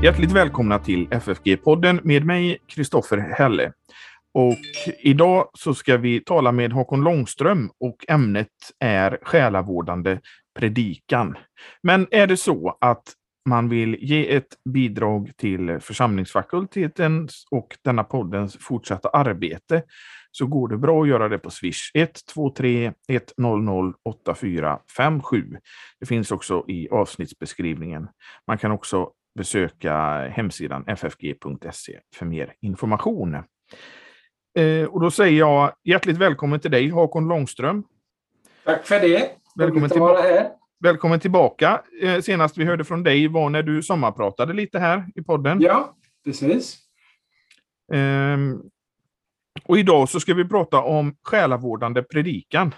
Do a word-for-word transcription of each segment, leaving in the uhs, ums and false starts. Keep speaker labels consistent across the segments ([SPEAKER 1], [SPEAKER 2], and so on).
[SPEAKER 1] Hjärtligt välkomna till F F G-podden med mig, Kristoffer Helle. Och idag så ska vi tala med Håkon Långström och ämnet är själavårdande predikan. Men är det så att man vill ge ett bidrag till församlingsfakulteten och denna poddens fortsatta arbete så går det bra att göra det på Swish ett två tre ett noll noll åtta fyra fem sju. Det finns också i avsnittsbeskrivningen. Man kan också besöka hemsidan f f g punkt se för mer information. Eh, och då säger jag hjärtligt välkommen till dig, Håkon Långström.
[SPEAKER 2] Tack för det.
[SPEAKER 1] Välkommen, tillba- här. välkommen tillbaka. Eh, senast vi hörde från dig var när du sommarpratade lite här i podden.
[SPEAKER 2] Ja, precis.
[SPEAKER 1] Eh, och idag så ska vi prata om själavårdande predikan.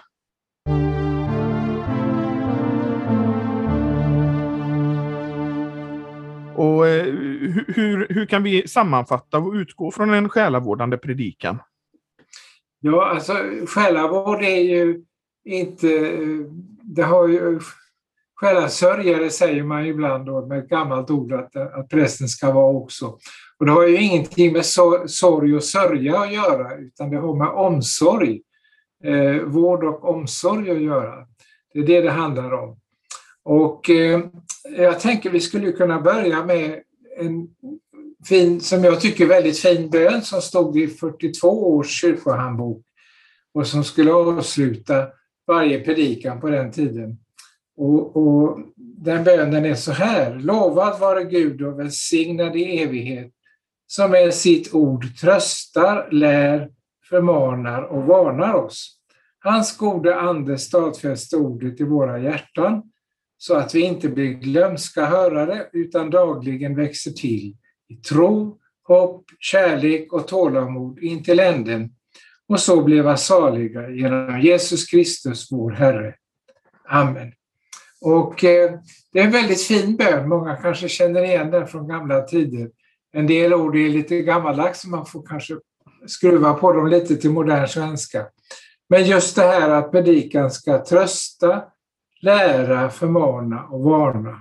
[SPEAKER 1] Och eh, hur, hur kan vi sammanfatta och utgå från en själavårdande predikan?
[SPEAKER 2] Ja, alltså själavård är ju inte, det har ju, själasörjare säger man ju ibland då med ett gammalt ord att, att prästen ska vara också. Och det har ju ingenting med sorg och sörja att göra utan det har med omsorg, eh, vård och omsorg att göra. Det är det det handlar om. Och eh, jag tänker vi skulle kunna börja med en fin, som jag tycker väldigt fin bön som stod i fyrtiotvå års kyrkohandbok och som skulle avsluta varje predikan på den tiden. Och, och den bönen är så här: lovad vare Gud och välsignad i evighet som med sitt ord tröstar, lär, förmanar och varnar oss. Hans gode ande stadfäster ordet i våra hjärtan så att vi inte blir glömska hörare utan dagligen växer till i tro, hopp, kärlek och tålamod in till änden och så blev saliga genom Jesus Kristus vår Herre. Amen. Och eh, det är en väldigt fin bön. Många kanske känner igen den från gamla tider. En del ord är lite gammaldags så man får kanske skruva på dem lite till modern svenska. Men just det här att predikan ska trösta, lära, förmana och varna.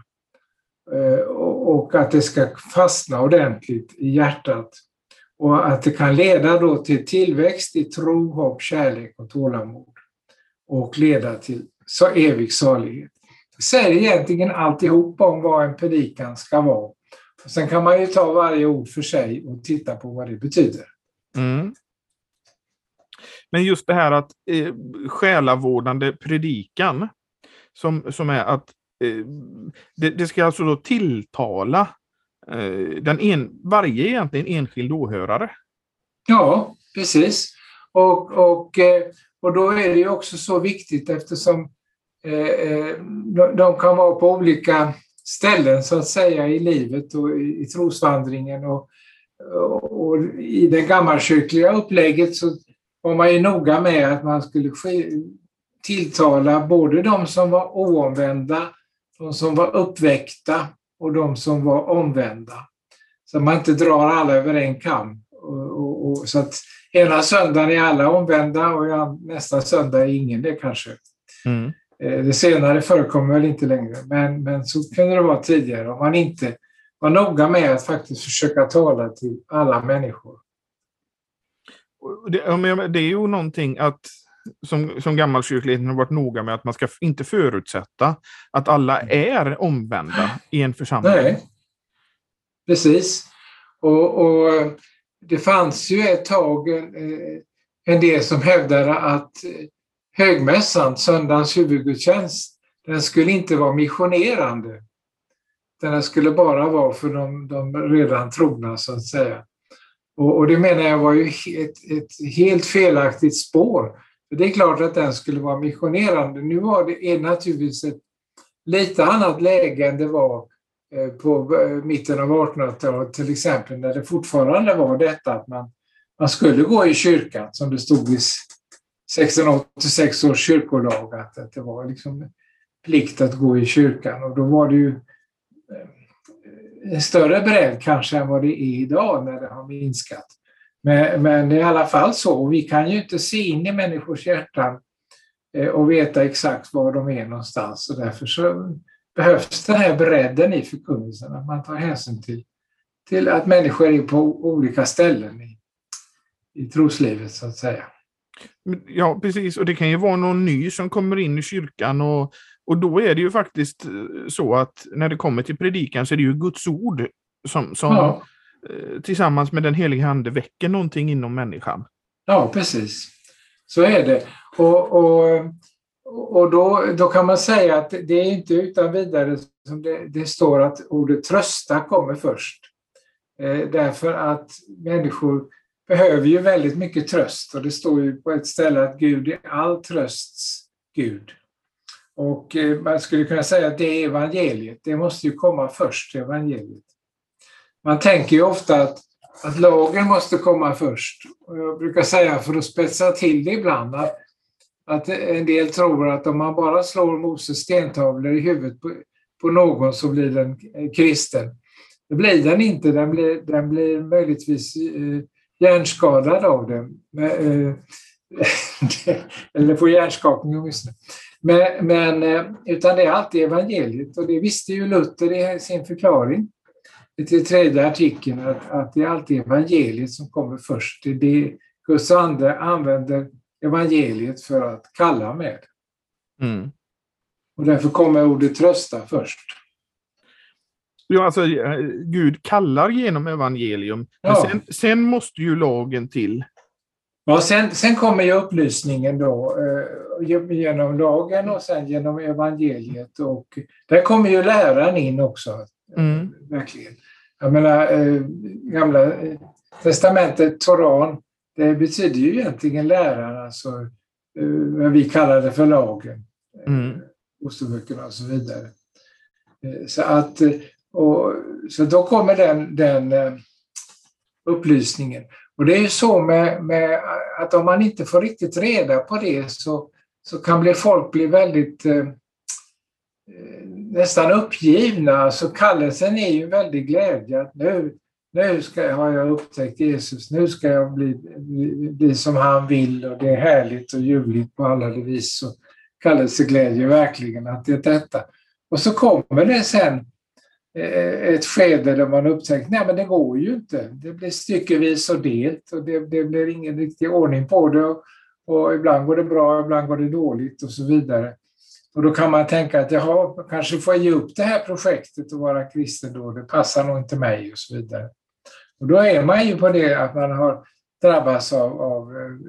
[SPEAKER 2] Och att det ska fastna ordentligt i hjärtat. Och att det kan leda då till tillväxt i tro, hopp, kärlek och tålamod. Och leda till så evig salighet. Det säger egentligen alltihop om vad en predikan ska vara. Och sen kan man ju ta varje ord för sig och titta på vad det betyder.
[SPEAKER 1] Mm. Men just det här att eh, själavårdande predikan som, som är att eh, det, det ska alltså då tilltala eh, den en, varje egentligen enskild åhörare.
[SPEAKER 2] Ja, precis. Och, och, och då är det ju också så viktigt eftersom eh, de kan vara på olika ställen så att säga i livet och i, i trosvandringen och, och, och i det gammalkyrkliga upplägget så var man ju noga med att man skulle ske, tilltala både de som var oomvända, de som var uppväckta och de som var omvända. Så man inte drar alla över en kam. Och, och, och, så att ena söndagen är alla omvända och nästa söndag är ingen det kanske. Mm. Det senare förekommer väl inte längre, men, men så kunde det vara tidigare om man inte var noga med att faktiskt försöka tala till alla människor.
[SPEAKER 1] Det, det är ju någonting att som, som gammalkyrkligheten har varit noga med att man ska inte förutsätta att alla är omvända i en församling.
[SPEAKER 2] Nej, precis. Och, och det fanns ju ett tag en, en del som hävdade att högmässan, söndagens huvudgudstjänst, den skulle inte vara missionerande. Den skulle bara vara för de, de redan trogna så att säga. Och, och det menar jag var ju ett, ett helt felaktigt spår. För det är klart att den skulle vara missionerande. Nu var det är naturligtvis ett lite annat läge än det var på mitten av artonhundratalet till exempel, när det fortfarande var detta att man, man skulle gå i kyrkan som det stod i sextonhundraåttiosex års kyrkolag att, att det var liksom plikt att gå i kyrkan och då var det ju en större bredd kanske än vad det är idag när det har minskat. Men, men i alla fall så, vi kan ju inte se in i människors hjärtan och veta exakt var de är någonstans och därför så behövs den här bredden i förkunnelsen, att man tar hänsyn till till att människor är på olika ställen i, i troslivet så att säga.
[SPEAKER 1] Ja, precis. Och det kan ju vara någon ny som kommer in i kyrkan och, och då är det ju faktiskt så att när det kommer till predikan så är det ju Guds ord som, som
[SPEAKER 2] Ja.
[SPEAKER 1] tillsammans med den heliga ande väcker någonting inom människan.
[SPEAKER 2] Ja, precis. Så är det. Och, och, och då, då kan man säga att det är inte utan vidare som det, det står att ordet trösta kommer först. Eh, därför att människor behöver ju väldigt mycket tröst. Och det står ju på ett ställe att Gud är all trösts Gud. Och eh, man skulle kunna säga att det är evangeliet. Det måste ju komma först, evangeliet. Man tänker ju ofta att, att lagen måste komma först. Och jag brukar säga, för att spetsa till det ibland, att, att en del tror att om man bara slår Moses stentavlor i huvudet på, på någon så blir den kristen. Det blir den inte, den blir, den blir möjligtvis eh, hjärnskadad av det. Men, eh, eller får hjärnskakning åtminstone. Men, men, utan det är alltid evangeliet, och det visste ju Luther i sin förklaring till tredje artikeln, att, att det är alltid evangeliet som kommer först. Det är det Guds ande använder evangeliet för att kalla med.
[SPEAKER 1] Mm.
[SPEAKER 2] Och därför kommer ordet trösta först.
[SPEAKER 1] Ja, alltså Gud kallar genom evangelium,
[SPEAKER 2] Ja.
[SPEAKER 1] men sen, sen måste ju lagen till.
[SPEAKER 2] Ja, sen, sen kommer ju upplysningen då eh, genom lagen och sen genom evangeliet, och där kommer ju läraren in också.
[SPEAKER 1] Mm.
[SPEAKER 2] Verkligen. Jag menar, eh, gamla eh, testamentet, Toran, det betyder ju egentligen läraren, alltså eh, vad vi kallar det för lagen.
[SPEAKER 1] Mm.
[SPEAKER 2] Moseböckerna och så vidare. Eh, så att, och, så då kommer den, den eh, upplysningen. Och det är ju så med, med att om man inte får riktigt reda på det så, så kan bli, folk bli väldigt eh, nästan uppgivna. Så kallelsen är ju väldigt glädje att nu, nu ska, har jag upptäckt Jesus, nu ska jag bli, bli, bli som han vill, och det är härligt och ljuvligt på alla vis. Så kallelseglädje verkligen att det är detta. Och så kommer det sen ett skede där man upptäcker, nej men det går ju inte. Det blir styckevis och delt, och det, det blir ingen riktig ordning på det, och, och ibland går det bra, ibland går det dåligt och så vidare. Och då kan man tänka att jag kanske får ge upp det här projektet och vara kristen då, det passar nog inte mig och så vidare. Och då är man ju på det att man har drabbats av, av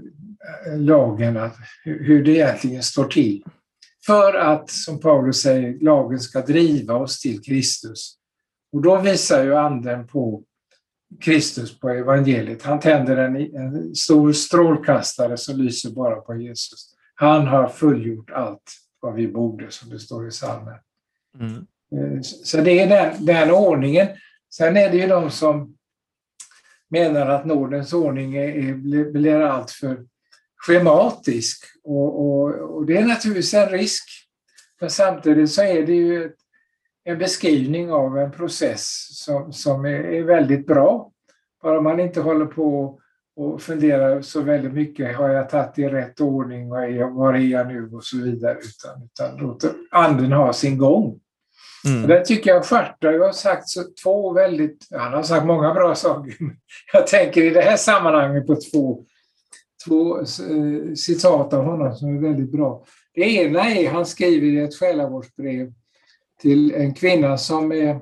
[SPEAKER 2] lagen, att, hur det egentligen står till. För att, som Paulus säger, lagen ska driva oss till Kristus. Och då visar ju anden på Kristus, på evangeliet. Han tänder en, en stor strålkastare som lyser bara på Jesus. Han har fullgjort allt vad vi borde, som det står i psalmen. Mm. Så det är den, den ordningen. Sen är det ju de som menar att nådens ordning är, är, blir allt för schematisk, och, och, och det är naturligtvis en risk, men samtidigt så är det ju en beskrivning av en process som, som är, är väldigt bra, bara man inte håller på och funderar så väldigt mycket, har jag tagit i rätt ordning, var är jag, var är jag nu och så vidare, utan, utan låter anden ha sin gång. Mm. Och det tycker jag Schartau har sagt så, två väldigt, han har sagt många bra saker, jag tänker i det här sammanhanget på två Två citat av honom som är väldigt bra. Det ena är, han skriver i ett själavårdsbrev till en kvinna som är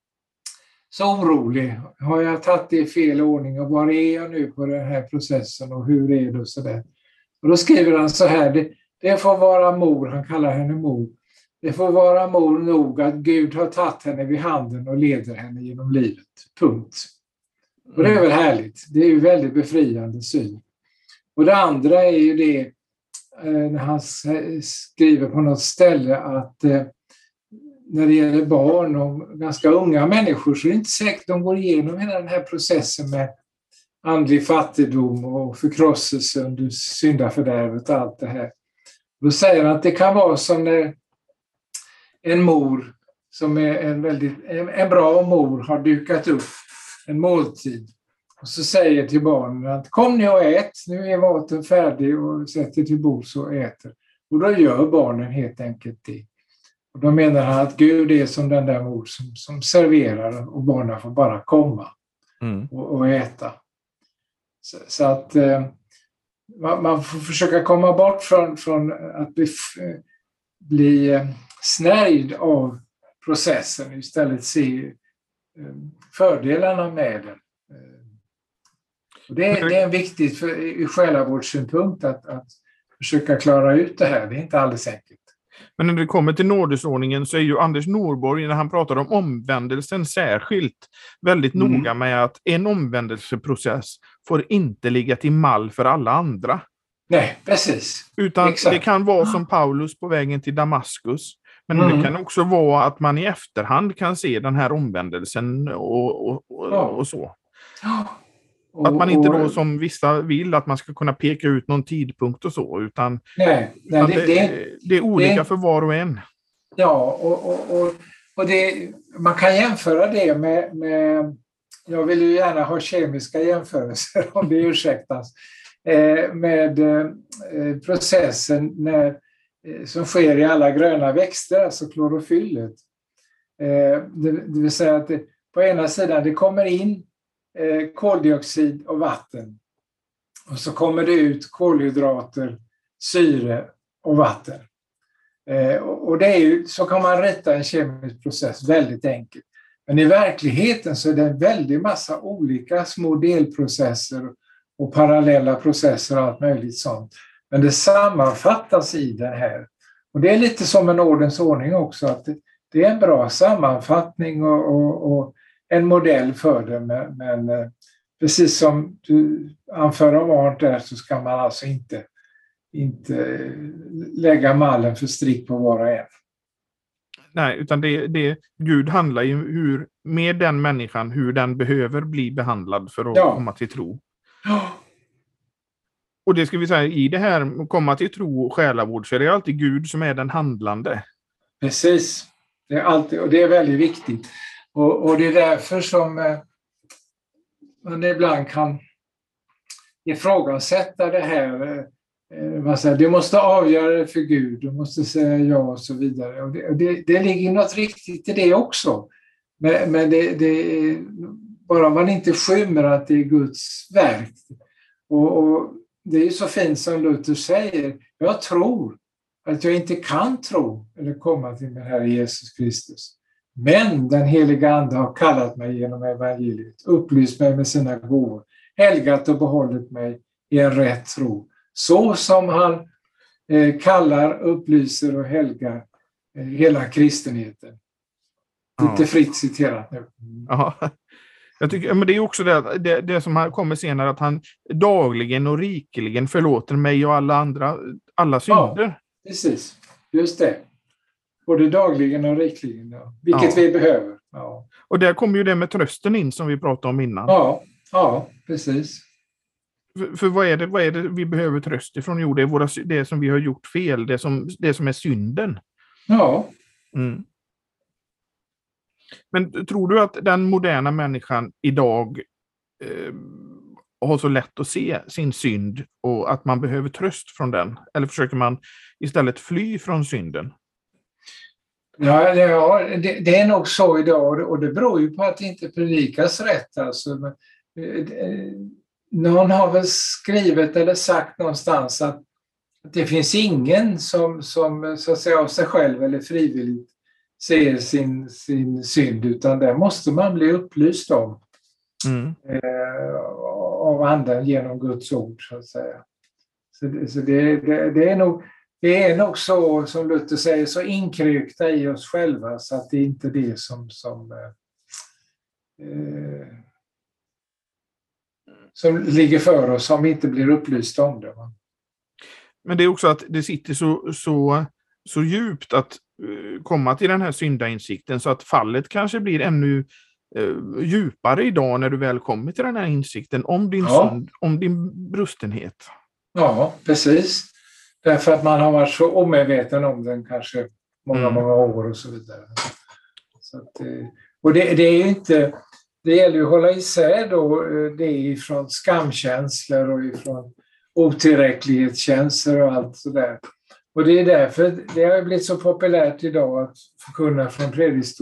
[SPEAKER 2] så orolig. Har jag tagit det i fel ordning, och var är jag nu på den här processen, och hur är det och sådär. Och då skriver han så här, det, det får vara mor, han kallar henne mor. Det får vara mor nog att Gud har tagit henne vid handen och leder henne genom livet. Punkt. Och det är väl härligt. Det är ju väldigt befriande syn. Och det andra är ju det, när han skriver på något ställe att när det gäller barn och ganska unga människor så är det inte säkert att de går igenom hela den här processen med andlig fattigdom och förkrosselse under syndafördärvet och allt det här. Då säger han att det kan vara som när en mor som är en väldigt en bra mor har dukat upp en måltid. Och så säger till barnen att kom ni och ät, nu är maten färdig, och sätter till bords och äter. Och då gör barnen helt enkelt det. Och då menar han att Gud är som den där mor som, som serverar, och barnen får bara komma. mm. och, och äta. Så, så att eh, man, man får försöka komma bort från, från att bli, bli eh, snärjd av processen och istället se eh, fördelarna med den. Och det, det är viktigt för, i själavårdssynpunkt att, att försöka klara ut det här. Det är inte alldeles enkelt.
[SPEAKER 1] Men när det kommer till nådesordningen så är ju Anders Norborg, när han pratar om omvändelsen särskilt, väldigt mm. noga med att en omvändelseprocess får inte ligga till mall för alla andra.
[SPEAKER 2] Nej, precis.
[SPEAKER 1] Utan
[SPEAKER 2] Exakt.
[SPEAKER 1] Det kan vara som Paulus på vägen till Damaskus. Men mm. det kan också vara att man i efterhand kan se den här omvändelsen och, och, och, ja. och så.
[SPEAKER 2] Ja.
[SPEAKER 1] Att man inte då som vissa vill att man ska kunna peka ut någon tidpunkt och så, utan,
[SPEAKER 2] nej, nej,
[SPEAKER 1] utan
[SPEAKER 2] det,
[SPEAKER 1] det,
[SPEAKER 2] det,
[SPEAKER 1] det är olika
[SPEAKER 2] det,
[SPEAKER 1] för var och en.
[SPEAKER 2] Ja, och, och, och, och det, man kan jämföra det med, med, jag vill ju gärna ha kemiska jämförelser om det ursäktas, eh, med eh, processen när, eh, som sker i alla gröna växter, alltså klorofyllet. Eh, det, det vill säga att det, på ena sidan det kommer in koldioxid och vatten. Och så kommer det ut kolhydrater, syre och vatten. Eh, och det är ju, så kan man rita en kemisk process väldigt enkelt. Men i verkligheten så är det en väldig massa olika små delprocesser och parallella processer och allt möjligt sånt. Men det sammanfattas i den här. Och det är lite som en ordens ordning också, att det, det är en bra sammanfattning och, och, och en modell för det, men, men precis som du anför om Arndt där, så ska man alltså inte, inte lägga mallen för strikt på var och en.
[SPEAKER 1] Nej, utan det, det, Gud handlar ju hur, med den människan, hur den behöver bli behandlad för att ja. komma till tro.
[SPEAKER 2] Ja.
[SPEAKER 1] Och det ska vi säga, i det här komma till tro och själavård så är det alltid Gud som är den handlande.
[SPEAKER 2] Precis, det är alltid, och det är väldigt viktigt. Och, och det är därför som eh, man ibland kan ifrågasätta det här. Eh, man säger, du måste avgöra det för Gud, du måste säga ja och så vidare. Och det, och det, det ligger något riktigt i det också. Men, men det, det är, bara man inte skymmer att det är Guds verk. Och, och det är ju så fint som Luther säger, jag tror att jag inte kan tro eller komma till min Herre Jesus Kristus. Men den heliga Ande har kallat mig genom evangeliet, upplyst mig med sina gåvor, helgat och behållit mig i en rätt tro. Så som han eh, kallar, upplyser och helgar eh, hela kristenheten. Ja. Lite fritt citerat nu.
[SPEAKER 1] Ja. Jag tycker, men det är också det, det, det som kommer senare, att han dagligen och rikeligen förlåter mig och alla andra, alla synder.
[SPEAKER 2] Ja, precis. Just det. Både dagligen och rikligen, ja. Vilket ja. vi behöver. Ja.
[SPEAKER 1] Och där kommer ju det med trösten in som vi pratade om innan.
[SPEAKER 2] Ja, ja precis.
[SPEAKER 1] För, för vad, är det, vad är det vi behöver tröst ifrån? Jo, det är våra, det som vi har gjort fel, det som, det som är synden.
[SPEAKER 2] Ja.
[SPEAKER 1] Mm. Men tror du att den moderna människan idag eh, har så lätt att se sin synd och att man behöver tröst från den? Eller försöker man istället fly från synden?
[SPEAKER 2] Ja, ja det, det är nog så idag, och det beror ju på att det inte predikas rätt. Alltså, men, eh, någon har väl skrivit eller sagt någonstans att, att det finns ingen som, som så att säga av sig själv eller frivilligt ser sin, sin synd, utan det måste man bli upplyst om mm. eh, av anden genom Guds ord, så att säga. Så, det, så det, det, det, är nog, det är nog så, som Luther säger, så inkryckta i oss själva så att det inte är det som, som, eh, som ligger för oss om vi inte blir upplysta om det. Va?
[SPEAKER 1] Men det är också att det sitter så, så, så djupt att komma till den här syndainsikten, så att fallet kanske blir ännu eh, djupare idag när du väl kommer till den här insikten om din
[SPEAKER 2] ja.
[SPEAKER 1] synd, om din brustenhet.
[SPEAKER 2] Ja, precis. Därför att man har varit så omedveten om den kanske många, mm. många år och så vidare. Så att, och det, det är ju inte, det gäller ju att hålla isär då det ifrån skamkänslor och ifrån otillräcklighetskänslor och allt sådär. Och det är därför det har blivit så populärt idag att förkunna från predikstol.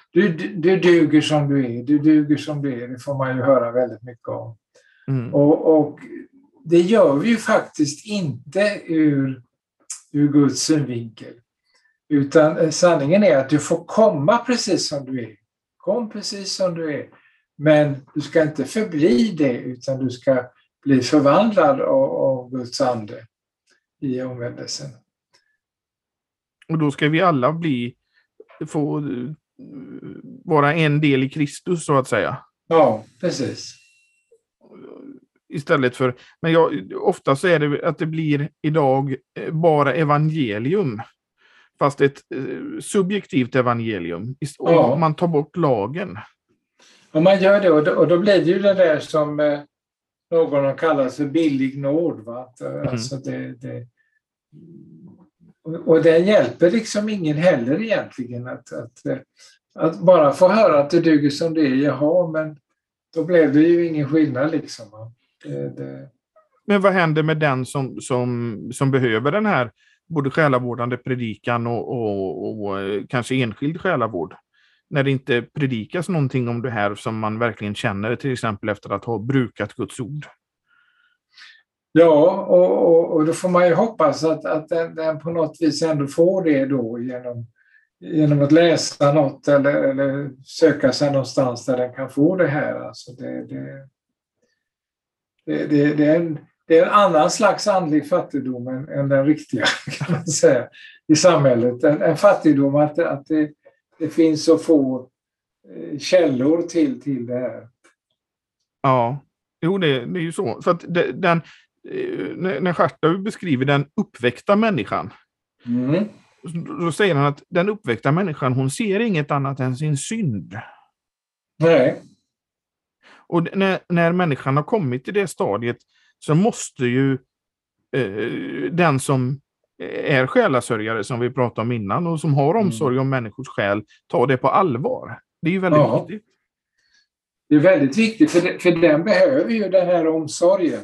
[SPEAKER 2] du, du, du duger som du är, du duger som du är, det får man ju höra väldigt mycket om. Mm. Och, och det gör vi ju faktiskt inte ur, ur Guds synvinkel. Utan sanningen är att du får komma precis som du är. Kom precis som du är. Men du ska inte förbli det, utan du ska bli förvandlad av, av Guds ande i omvändelsen.
[SPEAKER 1] Och då ska vi alla bli, få vara en del i Kristus, så att säga.
[SPEAKER 2] Ja, precis.
[SPEAKER 1] Istället för, men jag, ofta så är det att det blir idag bara evangelium. Fast ett eh, subjektivt evangelium. Och ja. Man tar bort lagen.
[SPEAKER 2] Om man gör det, och då, och då blir det ju det där som eh, någon har kallat för billig nåd. Va? Att, mm. alltså det, det, och, och det hjälper liksom ingen heller egentligen. Att, att, att bara få höra att det duger som det är. Jaha, men då blev det ju ingen skillnad liksom. Det, det...
[SPEAKER 1] Men vad händer med den som, som, som behöver den här både själavårdande predikan och, och, och kanske enskild själavård? När det inte predikas någonting om det här som man verkligen känner, till exempel efter att ha brukat Guds ord.
[SPEAKER 2] Ja, och, och, och då får man ju hoppas att, att den, den på något vis ändå får det då genom, genom att läsa något eller, eller söka sig någonstans där den kan få det här. Alltså det, det, det, det, det är en Det är en annan slags andlig fattigdom än, än den riktiga, kan man säga, i samhället. En, en fattigdom att, att det, det finns så få källor till, till det här.
[SPEAKER 1] Ja, jo det, det är ju så. För att det, den, när Schartau beskriver den uppväckta människan, mm. då säger han att den uppväckta människan, hon ser inget annat än sin synd.
[SPEAKER 2] Nej.
[SPEAKER 1] Och när, när människan har kommit till det stadiet, så måste ju eh, den som är själasörjare, som vi pratade om innan, och som har omsorg om människors själ, ta det på allvar. Det är ju väldigt ja. viktigt.
[SPEAKER 2] Det är väldigt viktigt, för, det, för den behöver ju den här omsorgen.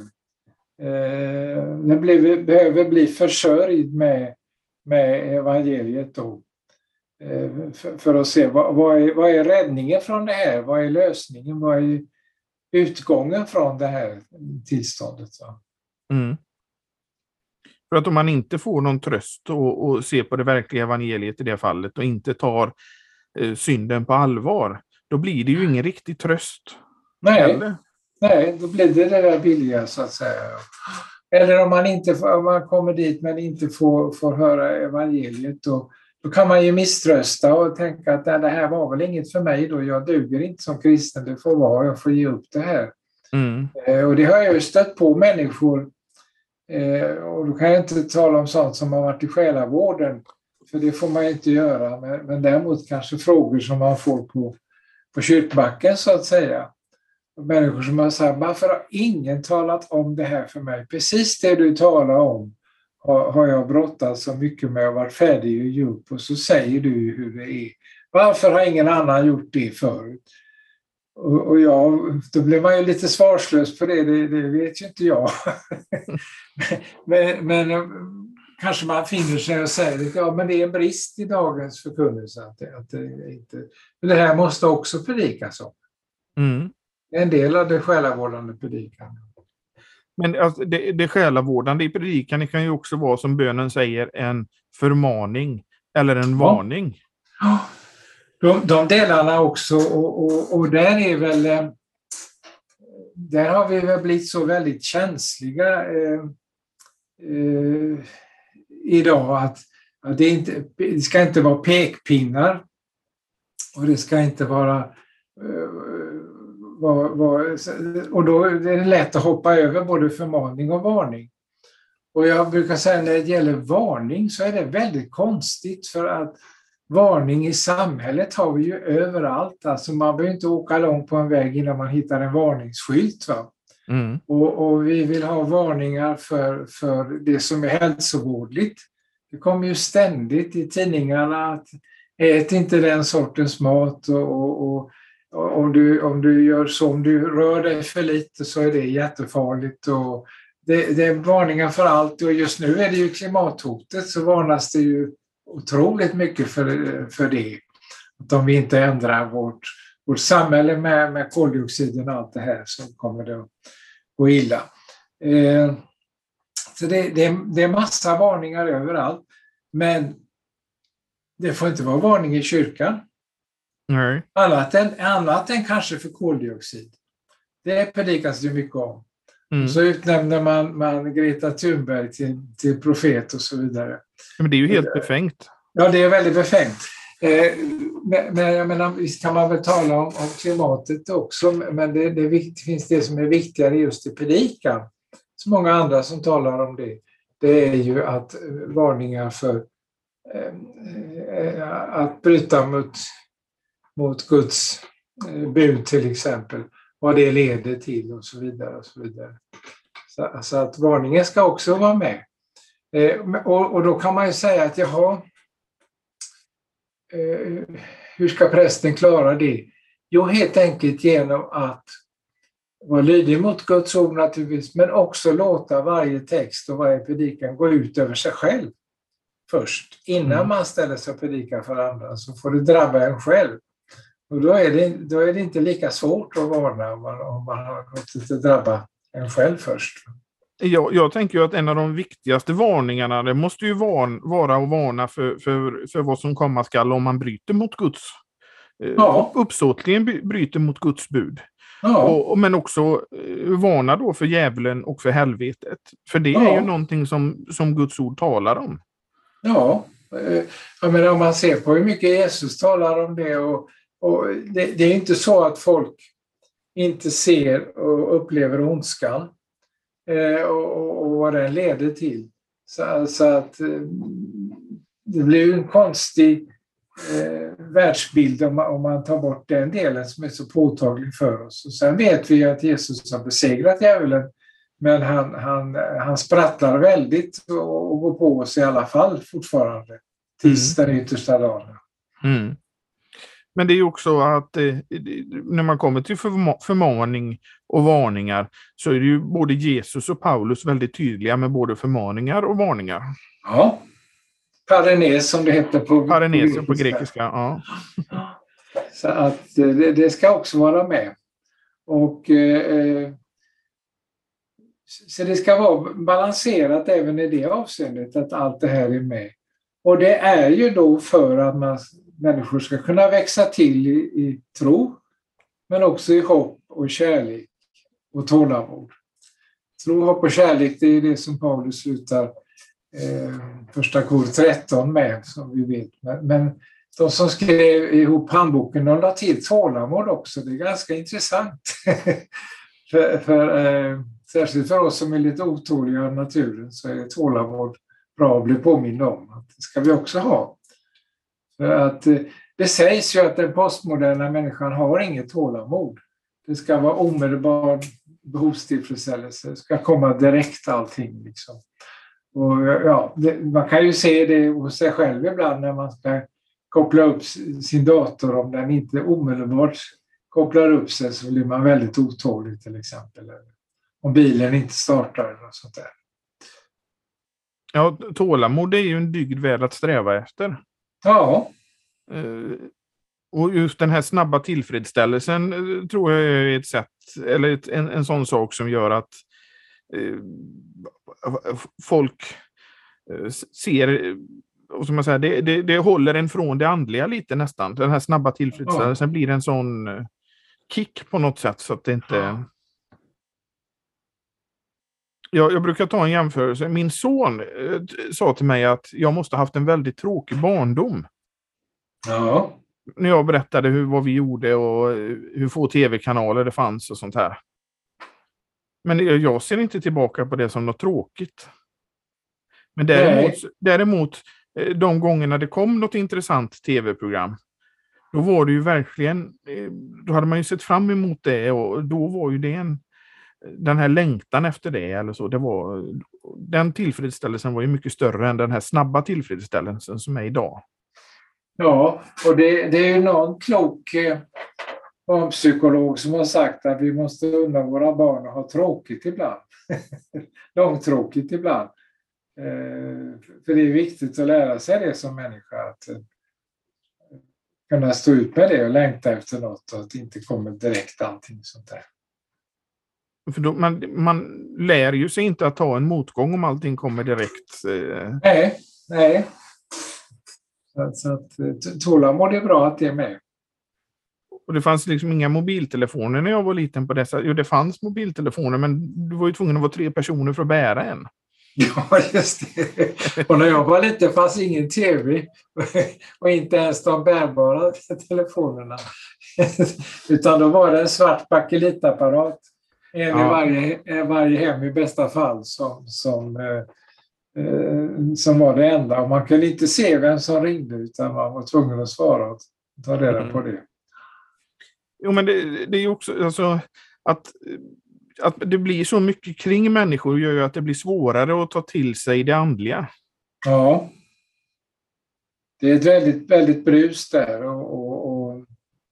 [SPEAKER 2] Eh, den blir, behöver bli försörjd med, med evangeliet då. Eh, för, för att se vad, vad, är, vad är räddningen från det här? Vad är lösningen? Vad är utgången från det här tillståndet? Va?
[SPEAKER 1] Mm. För att om man inte får någon tröst och, och ser på det verkliga evangeliet i det fallet och inte tar eh, synden på allvar, då blir det ju ingen riktig tröst.
[SPEAKER 2] Nej, eller? Nej, då blir det det där billiga, så att säga. Eller om man, inte, om man kommer dit men inte får, får höra evangeliet, då, då kan man ju misströsta och tänka att det här var väl inget för mig då. Jag duger inte som kristen, det får vara, jag får ge upp det här. Mm. Eh, och det har jag ju stött på människor. Eh, och då kan jag inte tala om sånt som har varit i själavården, för det får man ju inte göra. Men, men däremot kanske frågor som man får på, på kyrkbacken, så att säga. Och människor som har sagt, varför har ingen talat om det här för mig? Precis det du talar om har, har jag brottats så mycket med och varit färdig att ge upp. Och så säger du hur det är. Varför har ingen annan gjort det förut? Och, och ja, då blir man ju lite svarslös på det, det, det vet ju inte jag. men, men kanske man finner sig och säger att ja, men det är en brist i dagens förkunnelse. Att det, att det, inte, det här måste också predikas om. Mm. En del av det själavårdande predikan.
[SPEAKER 1] Men alltså, det, det själavårdande i predikan, det kan ju också vara, som bönen säger, en förmaning eller en varning.
[SPEAKER 2] Ja. De, de delarna också, och, och, och där är väl där har vi väl blivit så väldigt känsliga eh, eh, idag att, att det, inte, det ska inte vara pekpinnar och det ska inte vara eh, var, var, och då är det lätt att hoppa över både förmaning och varning. Och jag brukar säga, när det gäller varning så är det väldigt konstigt, för att varning i samhället har vi ju överallt. Alltså man behöver inte åka långt på en väg innan man hittar en varningsskylt. Va? Mm. Och, och vi vill ha varningar för, för det som är hälsovårdligt. Det kommer ju ständigt i tidningarna att ät inte den sortens mat, och, och, och, och om, du, om du gör så, om du rör dig för lite så är det jättefarligt. Och det, det är varningar för allt, och just nu är det ju klimathotet, så varnas det ju otroligt mycket för, för det. Att om vi inte ändrar vårt, vårt samhälle med, med koldioxiden och allt det här så kommer det att gå illa. Eh, så det, det, det är massa varningar överallt. Men det får inte vara varning i kyrkan.
[SPEAKER 1] Nej.
[SPEAKER 2] Annat än, annat än kanske för koldioxid. Det predikas det mycket om. Mm. Och så utnämner man, man Greta Thunberg till, till profet och så vidare.
[SPEAKER 1] Men det är ju helt befängt.
[SPEAKER 2] Ja, det är väldigt befängt. Eh, men, men jag menar, visst kan man väl tala om, om klimatet också, men det, det, det finns det som är viktigare just i predikan. Så många andra som talar om det. Det är ju att eh, varningar för eh, att bryta mot, mot Guds eh, bud till exempel. Vad det leder till och så vidare. Och så vidare. Så, så att varningen ska också vara med. Eh, och, och då kan man ju säga att jaha, eh, hur ska prästen klara det? Jo, helt enkelt genom att vara lydig mot Guds ord naturligtvis, men också låta varje text och varje predikan gå ut över sig själv först. Innan mm. man ställer sig och predikar för andra så får det drabba en själv. Och då är det, då är det inte lika svårt att varna om man, om man har låtit det drabba en själv först.
[SPEAKER 1] Jag, jag tänker ju att en av de viktigaste varningarna, det måste ju var, vara att varna för, för, för vad som komma skall om man bryter mot Guds, ja. eh, uppsåtligen bryter mot Guds bud. Ja. Och, men också eh, varna då för djävulen och för helvetet. För det ja. är ju någonting som, som Guds ord talar om.
[SPEAKER 2] Ja, eh, jag menar, om man ser på hur mycket Jesus talar om det och Och det, det är inte så att folk inte ser och upplever ondskan eh, och, och vad den leder till. Så, så att eh, det blir en konstig eh, världsbild om man, om man tar bort den delen som är så påtaglig för oss. Och sen vet vi att Jesus har besegrat djävulen, men han, han, han sprattlar väldigt och, och går på oss i alla fall fortfarande tills mm. den yttersta dagen.
[SPEAKER 1] Mm. Men det är ju också att eh, när man kommer till förma- förmaning och varningar så är det ju både Jesus och Paulus väldigt tydliga med både förmaningar och varningar.
[SPEAKER 2] Ja, parenes som det heter på,
[SPEAKER 1] parenes på grekiska. På grekiska ja.
[SPEAKER 2] Så att det, det ska också vara med. Och eh, så det ska vara balanserat även i det avseendet att allt det här är med. Och det är ju då för att man människor ska kunna växa till i, i tro, men också i hopp och kärlek och tålamod. Tro, hopp och kärlek, det är det som Paulus slutar eh, första kor tretton med, som vi vet. Men, men de som skrev ihop handboken, de la till tålamod också. Det är ganska intressant. för, för, eh, särskilt för oss som är lite otåliga av naturen så är tålamod bra att bli påminna om. Att det ska vi också ha. För att det sägs ju att den postmoderna människan har inget tålamod. Det ska vara omedelbar behovstillfredsställelse. Det ska komma direkt allting. Liksom. Och ja, det, man kan ju se det hos sig själv ibland när man ska koppla upp sin dator. Om den inte omedelbart kopplar upp sig så blir man väldigt otålig till exempel. Om bilen inte startar eller sånt där.
[SPEAKER 1] Ja, tålamod är ju en dygd värd att sträva efter.
[SPEAKER 2] Ja.
[SPEAKER 1] Uh, och just den här snabba tillfredsställelsen uh, tror jag är ett sätt, eller ett, en, en sån sak som gör att uh, folk uh, ser, och som man säger, det, det, det håller en från det andliga lite nästan. Den här snabba tillfredsställelsen ja. blir en sån uh, kick på något sätt så att det inte... Ja. Jag, jag brukar ta en jämförelse. Min son uh, sa till mig att jag måste ha haft en väldigt tråkig barndom.
[SPEAKER 2] Ja.
[SPEAKER 1] När jag berättade hur, vad vi gjorde och hur få tv-kanaler det fanns och sånt här. Men jag ser inte tillbaka på det som något tråkigt. Men däremot, däremot de gångerna det kom något intressant tv-program, då var det ju verkligen, då hade man ju sett fram emot det och då var ju det en, den här längtan efter det eller så, det var, den tillfredsställelsen var ju mycket större än den här snabba tillfredsställelsen som är idag.
[SPEAKER 2] Ja, och det, det är ju någon klok eh, barnpsykolog som har sagt att vi måste unna våra barn att ha tråkigt ibland. Långtråkigt ibland. Eh, för det är viktigt att lära sig det som människa. Att, kunna stå ut med det och längta efter något och att det inte kommer direkt allting sånt där.
[SPEAKER 1] För då, man, man lär ju sig inte att ta en motgång om allting kommer direkt. Eh.
[SPEAKER 2] Nej, nej. Så, så att tålamod är bra att det är med.
[SPEAKER 1] Och det fanns liksom inga mobiltelefoner när jag var liten på dessa. Jo, det fanns mobiltelefoner, men du var ju tvungen att vara tre personer för att bära en.
[SPEAKER 2] Ja, just det. Och när jag var liten fanns ingen tv och inte ens de bärbara telefonerna. Utan då var det en svart bakelitapparat. En ja. i varje, varje hem i bästa fall som, som, eh, som var det enda. Och man kunde inte se vem som ringde utan man var tvungen att svara och ta reda mm. på det.
[SPEAKER 1] Jo, men det, det är ju också alltså, att, att det blir så mycket kring människor gör ju att det blir svårare att ta till sig det andliga.
[SPEAKER 2] Ja. Det är ett väldigt, väldigt brus där och, och, och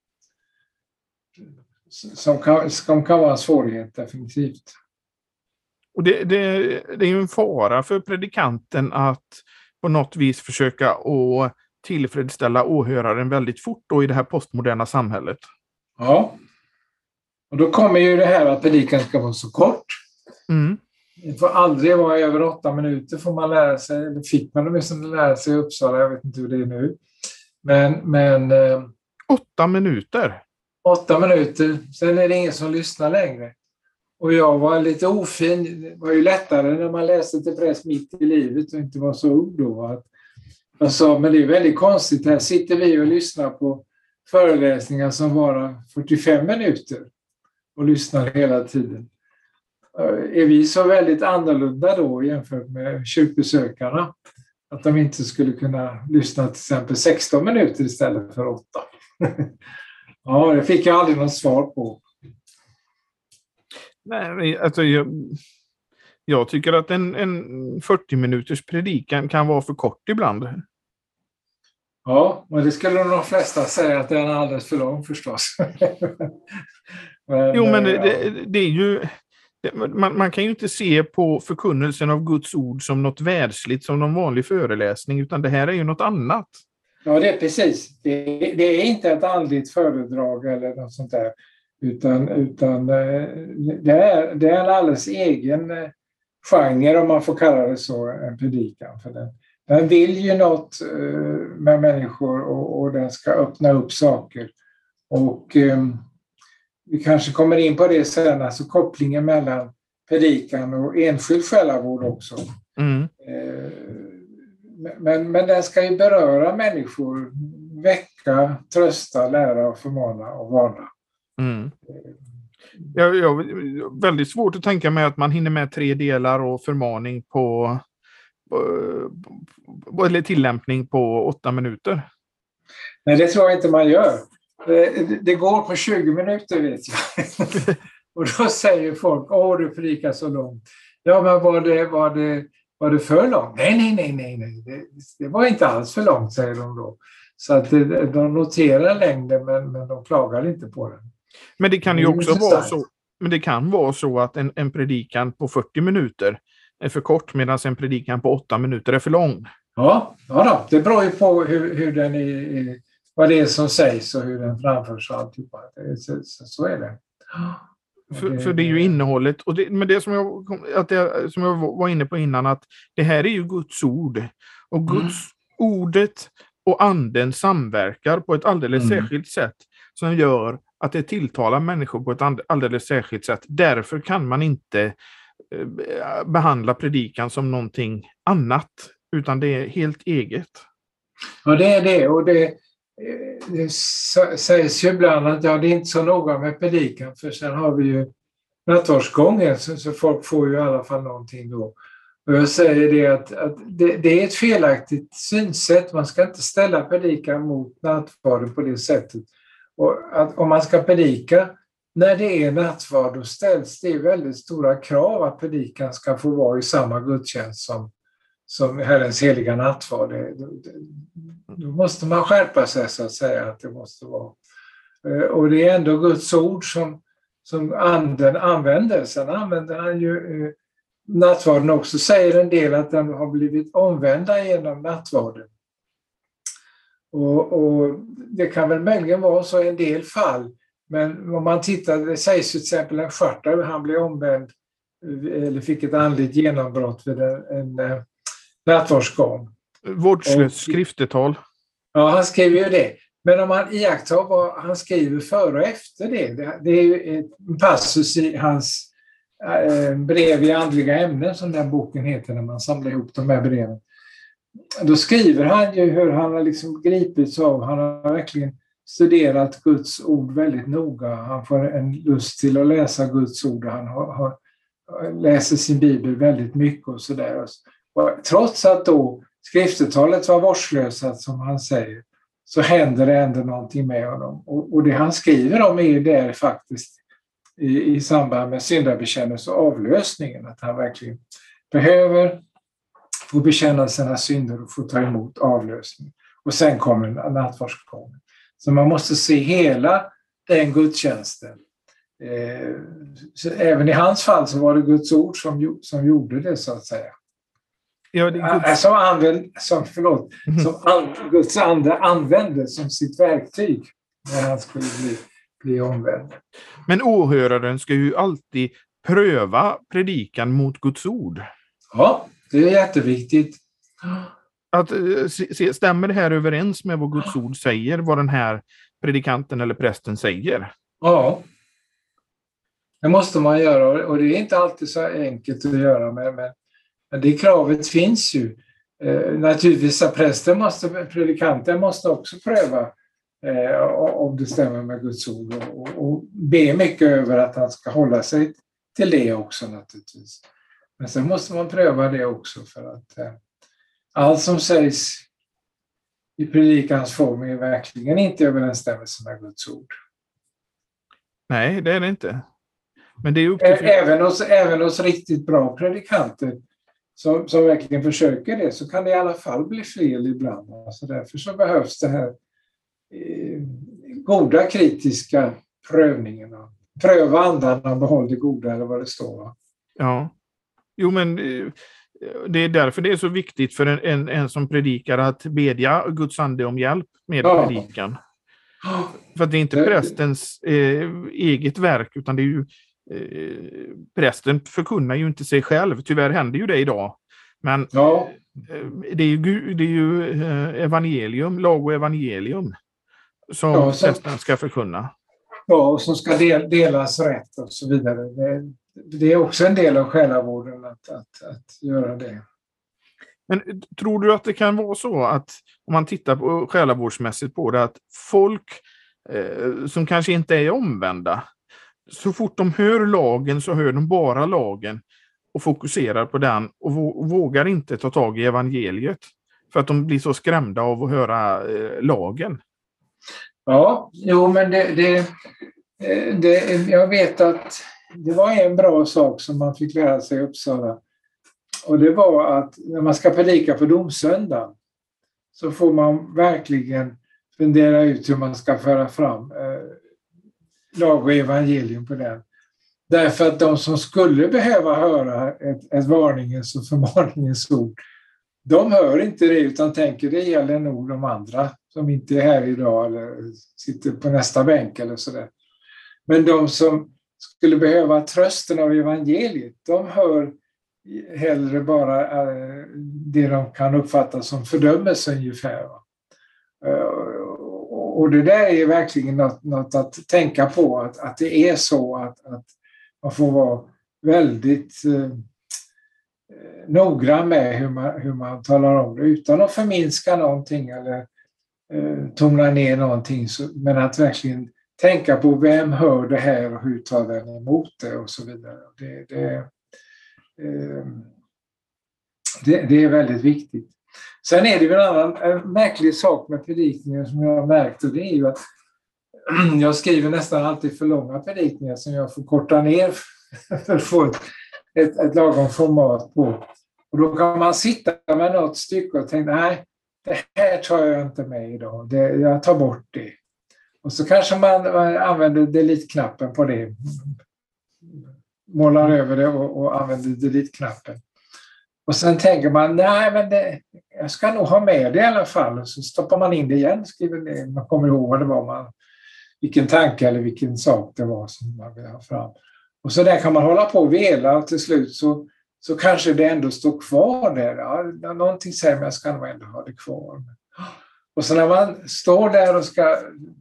[SPEAKER 2] som, kan, som kan vara en svårighet definitivt.
[SPEAKER 1] Och det, det, det är ju en fara för predikanten att på något vis försöka att tillfredsställa åhöraren väldigt fort då i det här postmoderna samhället. Ja,
[SPEAKER 2] och då kommer ju det här att predikan ska vara så kort.
[SPEAKER 1] Mm.
[SPEAKER 2] Det får aldrig vara över åtta minuter får man lära sig, eller fick man åtminstone lära sig i Uppsala, jag vet inte hur det är nu. Men, men eh,
[SPEAKER 1] åtta minuter?
[SPEAKER 2] Åtta minuter, sen är det ingen som lyssnar längre. Och jag var lite ofin, det var ju lättare när man läste till präst mitt i livet och inte var så ung då. Att jag sa, men det är väldigt konstigt, här sitter vi och lyssnar på föreläsningar som varar fyrtiofem minuter och lyssnar hela tiden. Är vi så väldigt annorlunda då jämfört med kyrkbesökarna att de inte skulle kunna lyssna till exempel sexton minuter istället för åtta? Ja, det fick jag aldrig något svar på.
[SPEAKER 1] Nej, alltså jag, jag tycker att en, en fyrtio minuters predikan kan vara för kort ibland.
[SPEAKER 2] Ja, men det skulle de flesta säga att den är alldeles för lång förstås.
[SPEAKER 1] men, jo, men det, det, det är ju... Det, man, man kan ju inte se på förkunnelsen av Guds ord som något världsligt, som någon vanlig föreläsning, utan det här är ju något annat.
[SPEAKER 2] Ja, det är precis. Det, det är inte ett andligt föredrag eller något sånt där, utan, utan det, är, det är en alldeles egen genre, om man får kalla det så, en predikan för den. Den vill ju något med människor och, och den ska öppna upp saker. Och eh, vi kanske kommer in på det sen, alltså kopplingen mellan predikan och enskild själavård också.
[SPEAKER 1] Mm.
[SPEAKER 2] Eh, men, men den ska ju beröra människor, väcka, trösta, lära och förmana och varna.
[SPEAKER 1] Mm. Jag, jag, väldigt svårt att tänka mig att man hinner med tre delar och förmaning på eller tillämpning på åtta minuter.
[SPEAKER 2] Nej, det tror jag inte man gör. Det, det går på tjugo minuter, vet jag. Och då säger folk, åh, du predikar så långt. Ja, men var det, var det, var det för långt? Nej, nej, nej, nej. nej. Det, det var inte alls för långt, säger de då. Så att det, de noterar längden, men, men de klagar inte på den.
[SPEAKER 1] Men det kan ju också vara så, men det kan vara så att en, en predikan på fyrtio minuter är för kort, medan en predikan på åtta minuter är för lång.
[SPEAKER 2] Ja, ja då. Det beror ju på hur, hur den är, vad det är som sägs och hur den framförs och allt. Så, så är det.
[SPEAKER 1] För, det. För det är ju innehållet. Och det, men det som jag, att det, som jag var inne på innan, att det här är ju Guds ord. Och Guds mm. ordet och anden samverkar på ett alldeles mm. särskilt sätt som gör att det tilltalar människor på ett alldeles särskilt sätt. Därför kan man inte behandla predikan som någonting annat, utan det är helt eget.
[SPEAKER 2] Ja, det är det, och det, det sägs ju ibland att ja, det är inte så noga med predikan, för sen har vi ju nattvardsgången, så, så folk får ju i alla fall någonting då. Och jag säger det att, att det, det är ett felaktigt synsätt, man ska inte ställa predikan mot nattvarden på det sättet. Och att om man ska predika när det är nattvard, då ställs det väldigt stora krav att predikan ska få vara i samma gudstjänst som, som Herrens heliga nattvard. Då, då måste man skärpa sig, så att säga, att det måste vara. Och det är ändå Guds ord som, som anden använder. Sen använder han ju nattvarden också, säger en del att den har blivit omvända genom nattvarden. Och, och det kan väl möjligen vara så i en del fall. Men om man tittar, det sägs till exempel en skötare, han blev omvänd eller fick ett andligt genombrott vid en, en, en nattvardsgång.
[SPEAKER 1] Vårdslöst skriftetal.
[SPEAKER 2] Ja, han skriver ju det. Men om man iakttar vad han skriver före och efter det, det, det är ju en passus i hans eh, brev i andliga ämnen, som den boken heter när man samlar ihop de här breven. Då skriver han ju hur han har liksom gripits av, han har verkligen studerat Guds ord väldigt noga. Han får en lust till att läsa Guds ord och han har, har, läser sin bibel väldigt mycket och sådär. Och trots att då skriftetalet var vårdslösat, som han säger, så händer det ändå någonting med honom. Och, och det han skriver om är ju där faktiskt i, i samband med syndabekännelse och avlösningen, att han verkligen behöver få bekänna sina synder och få ta emot avlösning. Och sen kommer nattvardsgången. Så man måste se hela den gudstjänsten. Eh, så även i hans fall så var det Guds ord som, som gjorde det, så att säga.
[SPEAKER 1] Ja, det är Guds...
[SPEAKER 2] Som, använd, som, förlåt, mm. som an, Guds ande använde som sitt verktyg när han skulle bli, bli omvänd.
[SPEAKER 1] Men åhöraren ska ju alltid pröva predikan mot Guds ord.
[SPEAKER 2] Ja, det är jätteviktigt.
[SPEAKER 1] Att, se, stämmer det här överens med vad Guds ord säger, vad den här predikanten eller prästen säger?
[SPEAKER 2] Ja, det måste man göra, och det är inte alltid så enkelt att göra, men, men det kravet finns ju. Eh, naturligtvis att prästen måste, predikanten måste också pröva eh, om det stämmer med Guds ord och, och, och be mycket över att han ska hålla sig till det också naturligtvis. Men sen måste man pröva det också, för att eh, allt som sägs i predikans form är verkligen inte överensstämmelse med Guds ord.
[SPEAKER 1] Nej, det är det inte. Men det är upp till...
[SPEAKER 2] även, hos, även hos riktigt bra predikanter som, som verkligen försöker det, så kan det i alla fall bli fel ibland. Så därför så behövs det här eh, goda kritiska prövningarna. Pröva andan och behåll det goda, eller vad det står.
[SPEAKER 1] Ja, jo men det är därför det är så viktigt för en, en, en som predikar att bedja Guds ande om hjälp med ja. predikan. För att det är inte prästens eh, eget verk, utan det är ju eh, prästen förkunnar ju inte sig själv. Tyvärr händer ju det idag. Men ja. eh, det är ju, det är ju eh, evangelium, lag och evangelium som ja, så, prästen ska förkunna.
[SPEAKER 2] Ja, och som ska del, delas rätt och så vidare. Det, det är också en del av själavården att, att, att göra det.
[SPEAKER 1] Men tror du att det kan vara så att om man tittar på själavårdsmässigt på det, att folk eh, som kanske inte är omvända, så fort de hör lagen så hör de bara lagen och fokuserar på den och vågar inte ta tag i evangeliet för att de blir så skrämda av att höra eh, lagen?
[SPEAKER 2] Ja, jo men det, det, det, jag vet att det var en bra sak som man fick lära sig i Uppsala. Och det var att när man ska predika på domsöndag så får man verkligen fundera ut hur man ska föra fram eh, lag och evangelium på den. Därför att de som skulle behöva höra ett, ett varningens och förmaningens ord, de hör inte det utan tänker det gäller nog de andra som inte är här idag eller sitter på nästa bänk eller sådär. Men de som skulle behöva trösten av evangeliet, de hör hellre bara det de kan uppfatta som fördömelse ungefär. Och det där är verkligen något, något att tänka på, att, att det är så att, att man får vara väldigt eh, noggrann med hur man, hur man talar om det utan att förminska någonting eller eh, tona ner någonting, så, men att verkligen tänka på vem hör det här och hur tar den emot det och så vidare. Det, det Det, det är väldigt viktigt. Sen är det ju en annan en märklig sak med predikningen som jag har märkt, och det är ju att jag skriver nästan alltid för långa predikningar som jag får korta ner för att få ett, ett lagom format på. Och då kan man sitta med något stycke och tänka, nej, det här tar jag inte med idag, det, jag tar bort det. Och så kanske man använder delete-knappen på det. Målar över det och, och använder delete-knappen. Och sen tänker man, nej men det, jag ska nog ha med det i alla fall. Och så stoppar man in det igen, skriver det. Man kommer ihåg vad det var, man, vilken tanke eller vilken sak det var som man vill ha fram. Och så där kan man hålla på och vela och till slut så, så kanske det ändå står kvar där. Ja, någonting säger mig, jag ska nog ändå ha det kvar. Och så när man står där och ska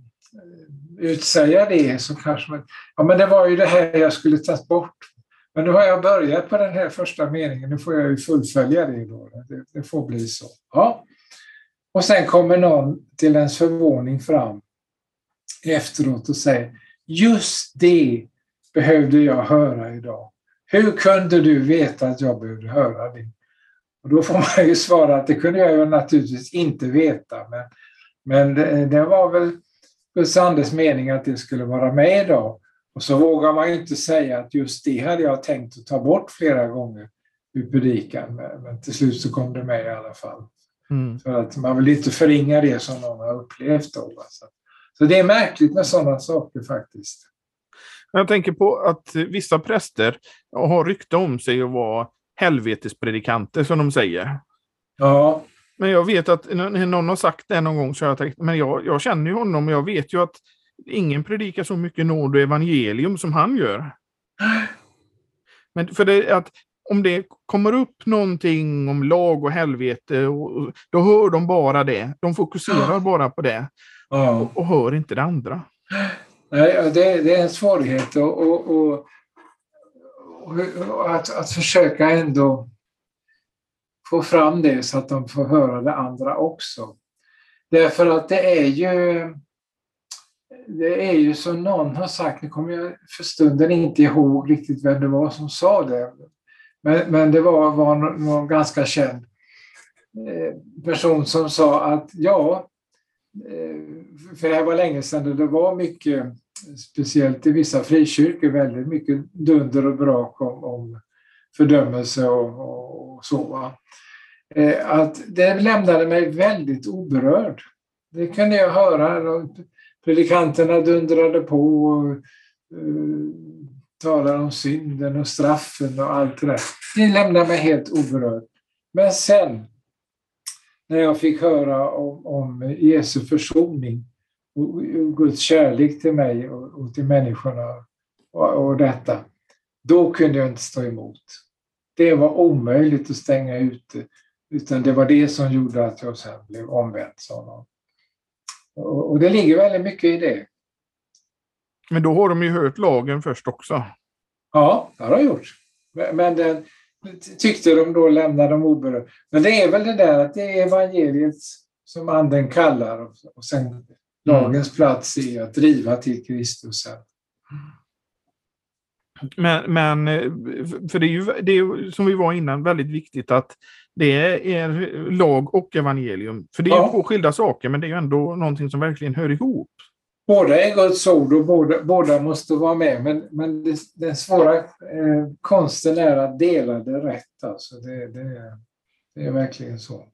[SPEAKER 2] utsäga det så kanske man, ja men det var ju det här jag skulle tas bort. Men nu har jag börjat på den här första meningen, nu får jag ju fullfölja det då. Det, det får bli så. Ja. Och sen kommer någon till ens förvåning fram efteråt och säger, just det behövde jag höra idag. Hur kunde du veta att jag behövde höra det? Och då får man ju svara att det kunde jag ju naturligtvis inte veta. Men, men det, det var väl Guds andes mening att det skulle vara med idag. Och så vågar man ju inte säga att just det hade jag tänkt att ta bort flera gånger ur predikan. Men till slut så kom det med i alla fall. Mm. För att man vill inte förringa det som någon har upplevt då. Alltså. Så det är märkligt med sådana saker faktiskt.
[SPEAKER 1] Jag tänker på att vissa präster har rykte om sig att vara helvetespredikanter som de säger.
[SPEAKER 2] Ja.
[SPEAKER 1] Men jag vet att när någon har sagt det någon gång så har jag tänkt, men jag, jag känner ju honom och jag vet ju att ingen predikar så mycket nåd och evangelium som han gör. Men för det att om det kommer upp någonting om lag och helvete, och, då hör de bara det. De fokuserar bara på det
[SPEAKER 2] ja.
[SPEAKER 1] och, och hör inte det andra.
[SPEAKER 2] Nej, det, det är en svårighet och, och, och, och att, att försöka ändå få fram det så att de får höra det andra också. Därför att det är ju det är ju som någon har sagt, nu kommer jag för stunden inte ihåg riktigt vem det var som sa det. Men, men det var, var någon, någon ganska känd eh, person som sa att ja, eh, för det här var länge sedan och det var mycket, speciellt i vissa frikyrkor, väldigt mycket dunder och brak om, om fördömelse och, och, och så. Va? Eh, att det lämnade mig väldigt oberörd. Det kunde jag höra. Predikanterna dundrade på och uh, talade om synden och straffen och allt det där. Det lämnade mig helt oberörd. Men sen, när jag fick höra om, om Jesu försoning och, och Guds kärlek till mig och, och till människorna och, och detta, då kunde jag inte stå emot. Det var omöjligt att stänga ute, utan det var det som gjorde att jag sen blev omvänd, sa någon. Och det ligger väldigt mycket i det.
[SPEAKER 1] Men då har de ju hört lagen först också.
[SPEAKER 2] Ja, det har de gjort. Men den tyckte de då lämna dem oberörda. Men det är väl det där att det är evangeliet som anden kallar. Och sen mm. lagens plats är att driva till Kristus.
[SPEAKER 1] Men, men för det är ju det är, som vi var innan, väldigt viktigt att det är lag och evangelium. För det är ja. två skilda saker, men det är ju ändå någonting som verkligen hör ihop.
[SPEAKER 2] Båda är Guds ord och båda, båda måste vara med. Men, men det, den svåra eh, konsten är att dela det rätt. Alltså det, det, är, det är verkligen så.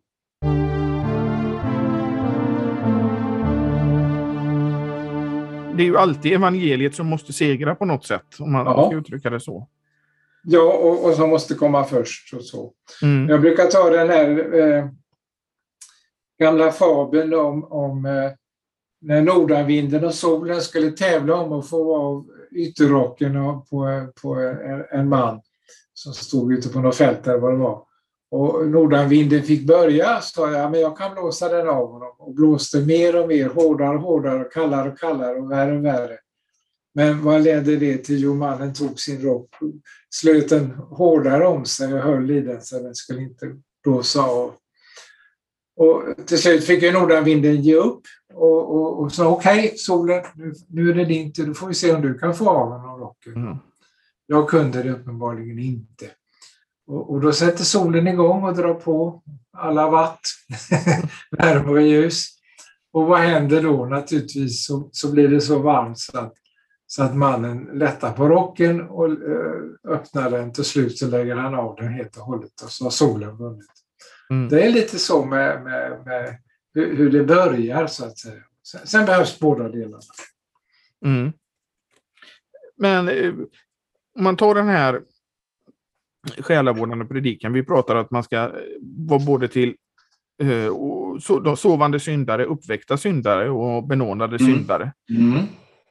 [SPEAKER 1] Det är ju alltid evangeliet som måste segra på något sätt, om man ja. ska uttrycka det så.
[SPEAKER 2] Ja, och, och som måste komma först och så.
[SPEAKER 1] Mm.
[SPEAKER 2] Jag brukar ta den här eh, gamla fabeln om, om eh, när nordanvinden och solen skulle tävla om att få av ytterrocken på, på en, en man som stod ute på något fält där vad det var. Och nordanvinden fick börja, sa jag, men jag kan blåsa den av honom. Och blåste mer och mer, hårdare och hårdare, och kallare och kallare och värre och värre. Men vad ledde det till? Jo, mannen tog sin rock, slöt den hårdare om sig och höll i den så den skulle inte blåsa av. Och till slut fick ju nordanvinden ge upp och, och, och sa okej, okay, solen, nu, nu är det din tur, då får vi se om du kan få av honom rocken. Mm. Jag kunde det uppenbarligen inte. Och, och då sätter solen igång och drar på alla watt, värme och ljus. Och vad händer då? Naturligtvis så, så blir det så varmt så att, så att mannen lättar på rocken och äh, öppnar den. Till slut så lägger han av den helt och hållet och så har solen vunnit. Mm. Det är lite så med, med, med hur, hur det börjar så att säga. Sen, sen behövs båda delarna.
[SPEAKER 1] Mm. Men om man tar den här själavårdande predikan. Vi pratar att man ska vara både till eh, so, sovande syndare, uppväckta syndare och benådade
[SPEAKER 2] Mm.
[SPEAKER 1] syndare.
[SPEAKER 2] Mm.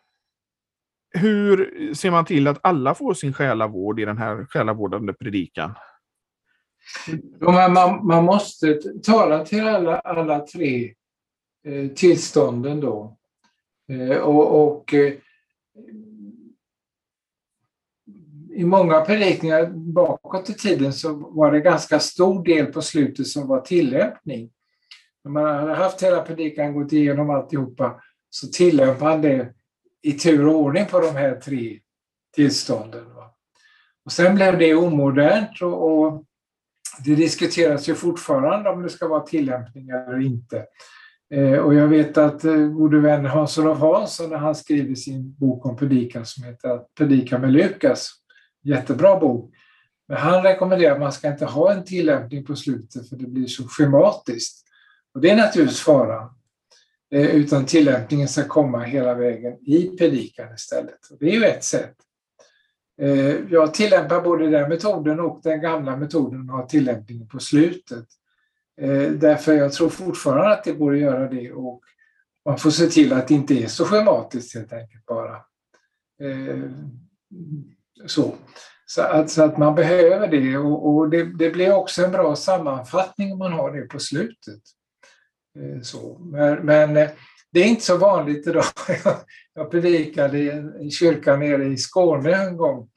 [SPEAKER 1] Hur ser man till att alla får sin själavård i den här själavårdande predikan?
[SPEAKER 2] Ja, man, man måste tala till alla, alla tre eh, tillstånden då. Eh, och och eh, i många predikningar bakåt i tiden så var det ganska stor del på slutet som var tillämpning. När man hade haft hela predikan, gått igenom alltihopa, så tillämpade man det i tur och ordning på de här tre tillstånden. Va? Och sen blev det omodernt och, och det diskuteras ju fortfarande om det ska vara tillämpning eller inte. Eh, och jag vet att eh, gode vän Hans-Olof Hansson, när han skriver sin bok om predikan som heter Att predika med Lukas, jättebra bok, men han rekommenderar att man ska inte ha en tillämpning på slutet för det blir så schematiskt. Och det är naturligtvis fara. Eh, utan tillämpningen ska komma hela vägen i predikan istället. Och det är ju ett sätt. Eh, jag tillämpar både den metoden och den gamla metoden och har tillämpningen på slutet. Eh, därför jag tror fortfarande att det går att göra det och man får se till att det inte är så schematiskt helt enkelt bara. Eh, så. Så, att, så att man behöver det och, och det, det blir också en bra sammanfattning om man har det på slutet. Eh, så. Men, men det är inte så vanligt idag. Jag predikade i en kyrka nere i Skåne en gång.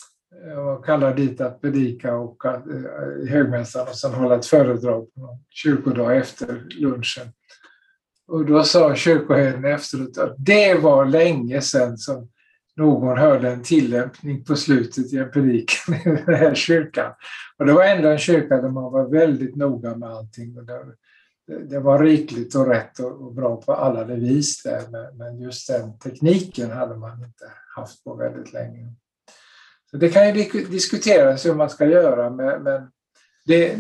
[SPEAKER 2] Jag kallade dit att predika och i högmässan och sen hålla ett föredrag på någon kyrkodag efter lunchen. Och då sa kyrkoherden efteråt att det var länge sedan som någon hörde en tillämpning på slutet i en predikan i den här kyrkan. Och det var ändå en kyrka där man var väldigt noga med allting. Och det, det var rikligt och rätt och bra på alla vis där. Men just den tekniken hade man inte haft på väldigt länge. Så det kan ju diskuteras hur man ska göra, men det,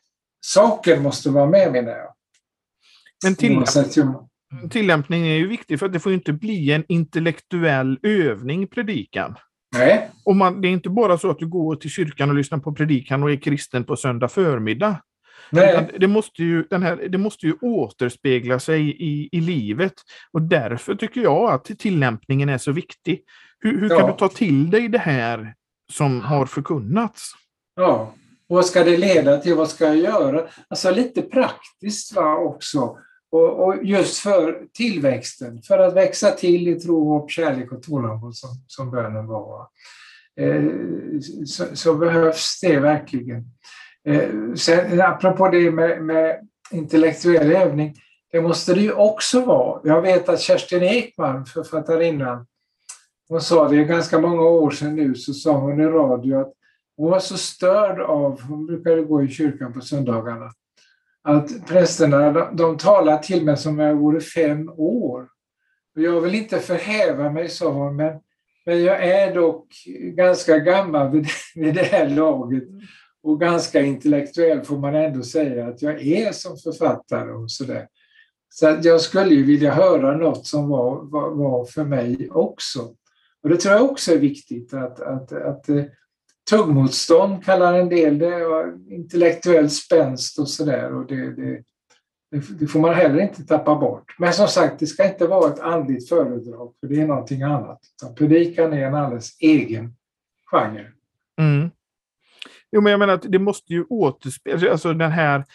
[SPEAKER 2] saken måste vara med, menar jag.
[SPEAKER 1] Men tillämpning, tillämpning är ju viktig för att det får ju inte bli en intellektuell övning i predikan.
[SPEAKER 2] Nej.
[SPEAKER 1] Och man, det är inte bara så att du går till kyrkan och lyssnar på predikan och är kristen på söndag förmiddag. Nej. Det måste ju, den här, det måste ju återspegla sig i, i livet och därför tycker jag att tillämpningen är så viktig. Hur, hur kan ja. du ta till dig det här som har förkunnats?
[SPEAKER 2] Ja, och vad ska det leda till? Vad ska jag göra? Alltså lite praktiskt va, också. Och, och just för tillväxten, för att växa till i tro, hopp, kärlek och tålamod som, som bönen var. Eh, så, så behövs det verkligen. Eh, sen, apropå det med, med intellektuell övning, det måste det ju också vara. Jag vet att Kerstin Ekman, författarinnan, hon sa det ganska många år sedan nu, så sa hon i radio att hon var så störd av, hon brukade gå i kyrkan på söndagarna, att prästerna, de, de talar till mig som jag vore fem år. Och jag vill inte förhäva mig, sa hon, men, men jag är dock ganska gammal vid, vid det här laget och ganska intellektuell får man ändå säga att jag är som författare och sådär. Så att jag skulle ju vilja höra något som var, var, var för mig också. Och det tror jag också är viktigt att, att, att, att tuggmotstånd kallar en del det och intellektuell spänst och sådär. Och det, det, det får man heller inte tappa bort. Men som sagt, det ska inte vara ett andligt föredrag för det är någonting annat. Så predikan är en alldeles egen genre.
[SPEAKER 1] Mm. Jo, men jag menar att det måste ju återspegla, alltså den här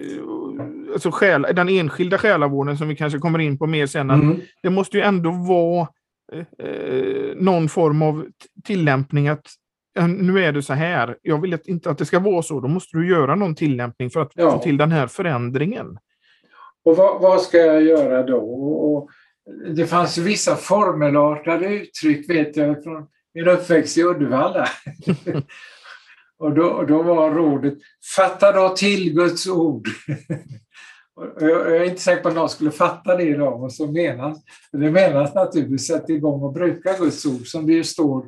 [SPEAKER 1] alltså själ, den enskilda själavården som vi kanske kommer in på mer sen. Mm. Det måste ju ändå vara eh, någon form av tillämpning att nu är det så här, jag vill inte att det ska vara så, då måste du göra någon tillämpning för att ja. få till den här förändringen.
[SPEAKER 2] Och vad, vad ska jag göra då? Och det fanns ju vissa formelartade uttryck, vet jag, från min uppväxt i Uddevalla. och, då, och då var rådet, fatta då till Guds ord. Jag är inte säker på att någon skulle fatta det idag, vad som menas. Det menas naturligtvis sätta igång och bruka Guds ord, som det ju står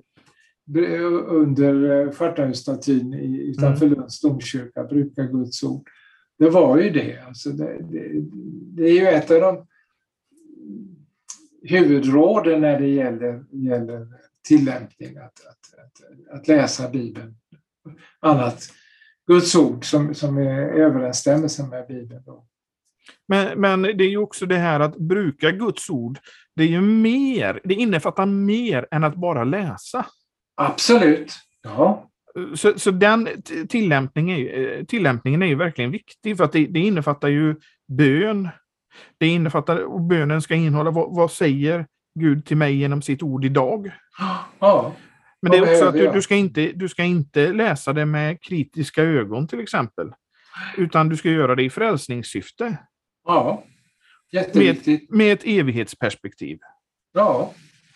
[SPEAKER 2] under Fartahusstatyn utanför mm. Lunds domkyrka, bruka Guds ord. Det var ju det. Alltså det, det. Det är ju ett av de huvudråden när det gäller, gäller tillämpning, att, att, att, att läsa Bibeln annat Guds ord som, som är i överensstämmelse med Bibeln. Då.
[SPEAKER 1] Men, men det är ju också det här att bruka Guds ord, det är ju mer, det innefattar mer än att bara läsa.
[SPEAKER 2] Absolut, ja.
[SPEAKER 1] Så, så den tillämpningen, tillämpningen är ju verkligen viktig, för att det, det innefattar ju bön. Det innefattar, och bönen ska innehålla, vad, vad säger Gud till mig genom sitt ord idag?
[SPEAKER 2] Ja.
[SPEAKER 1] Men det är också att du, du, ska inte, du ska inte läsa det med kritiska ögon till exempel. Utan du ska göra det i frälsningssyfte.
[SPEAKER 2] Ja, jätteviktigt.
[SPEAKER 1] Med, med ett evighetsperspektiv.
[SPEAKER 2] Ja.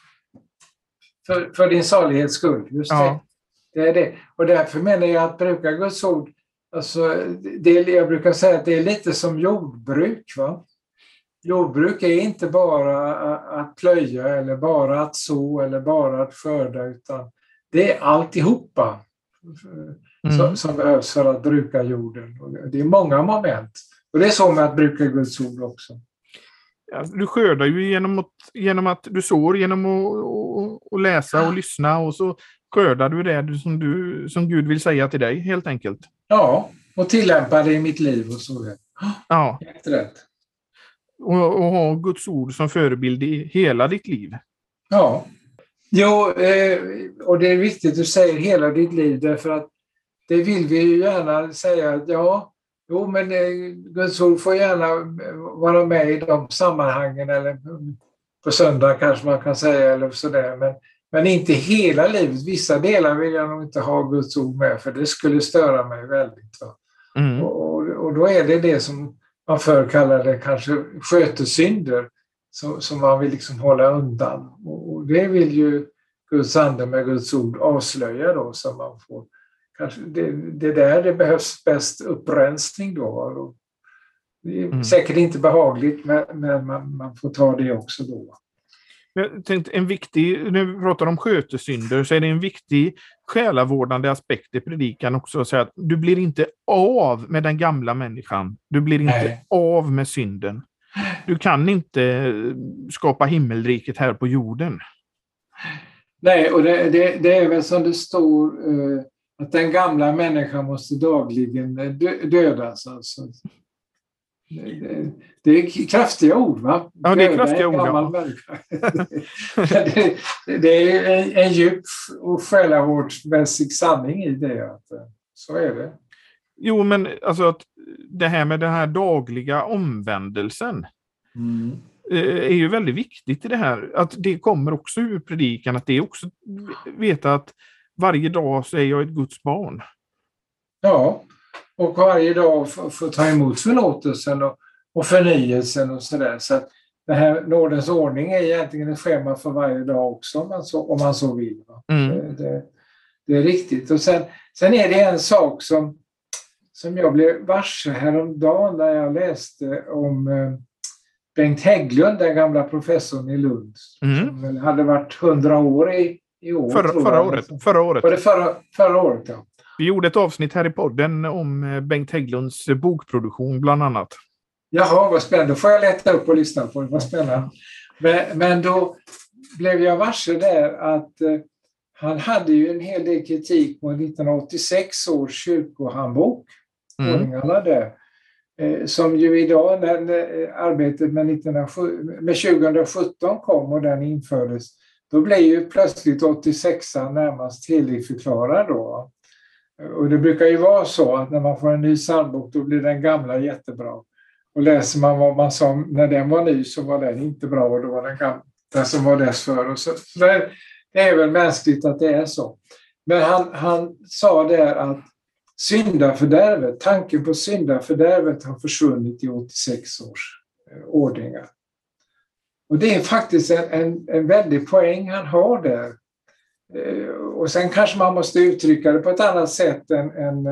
[SPEAKER 2] För, för din salighets skull, just ja. det. Det är det. Och därför menar jag att bruka Guds ord, alltså, det, jag brukar säga att det är lite som jordbruk, va? Jordbruk är inte bara att plöja eller bara att så eller bara att skörda, utan det är alltihopa mm. som, som behövs för att bruka jorden. Och det är många moment. Och det är så med att bruka Guds ord också.
[SPEAKER 1] Ja, du skördar ju genom att, genom att du sår, genom att och, och läsa och lyssna, och så skördar du det som, du, som Gud vill säga till dig, helt enkelt.
[SPEAKER 2] Ja, och tillämpa det i mitt liv och så.
[SPEAKER 1] Ja.
[SPEAKER 2] Helt rätt.
[SPEAKER 1] Och, och ha Guds ord som förebild i hela ditt liv.
[SPEAKER 2] Ja. Jo, eh, och det är viktigt att du säger hela ditt liv, därför att det vill vi ju gärna säga att ja, jo, men eh, Guds ord får gärna vara med i de sammanhangen, eller på söndag kanske man kan säga, eller sådär, men, men inte hela livet. Vissa delar vill jag nog inte ha Guds ord med, för det skulle störa mig väldigt. Va? Mm. Och, och då är det det som man förr kallade kanske skötesynder, som, som man vill liksom hålla undan. Och, och det vill ju Guds ande med Guds ord avslöja då, så man får kanske det, det där det behövs bäst upprensning då. Och det är mm. säkert inte behagligt, men, men man, man får ta det också då.
[SPEAKER 1] Jag tänkte en viktig, när vi pratar om skötesynder, så är det en viktig själavårdande aspekt i predikan också, att säga att du blir inte av med den gamla människan. Du blir inte Nej. av med synden. Du kan inte skapa himmelriket här på jorden.
[SPEAKER 2] Nej, och det, det, det är väl som det står uh, att den gamla människan måste dagligen dö, dödas. Alltså. Det, det, det är kraftiga ord, va?
[SPEAKER 1] Ja, det är kraftiga ord.
[SPEAKER 2] Ja. det, det är en, en djup och själavårdsmässig sanning i det. Att, så är det.
[SPEAKER 1] Jo, men alltså att det här med den här dagliga omvändelsen mm. är ju väldigt viktigt i det här. Att det kommer också ur predikan, att det är också veta att varje dag så är jag ett Guds barn.
[SPEAKER 2] Ja, och varje dag får, får ta emot förlåtelsen och, och förnyelsen och sådär. Så att det här nådens ordning är egentligen ett schema för varje dag också, om man så, om man så vill. Mm. Det, det, det är riktigt. Och sen, sen är det en sak som, som jag blev varse häromdagen när jag läste om eh, Bengt Hägglund, den gamla professorn i Lund, mm. som väl hade varit hundra år i, i år.
[SPEAKER 1] Förra, förra året. Förra året.
[SPEAKER 2] Var det förra, förra året, ja.
[SPEAKER 1] Vi gjorde ett avsnitt här i podden om Bengt Hägglunds bokproduktion bland annat.
[SPEAKER 2] Jaha, vad spännande. Då får jag leta upp och lyssna på det. Vad spännande. Men, men då blev jag varse där att eh, han hade ju en hel del kritik mot nittonhundraåttiosex års kyrkohandbok. Mm. Ordningarna där. Eh, som ju idag när, när arbetet med, med tjugohundrasjutton kom och den infördes, då blev ju plötsligt åttiosex närmast heligförklarad då. Och det brukar ju vara så att när man får en ny psalmbok, då blir den gamla jättebra. Och läser man vad man sa när den var ny, så var den inte bra, och då var den gamla, den som var dessför. Och så, så det, det är väl mänskligt att det är så. Men han, han sa där att syndafördärvet, tanken på syndafördärvet har försvunnit i åttiosex års ordningar. Och det är faktiskt en, en, en väldig poäng han har där. Och sen kanske man måste uttrycka det på ett annat sätt än, än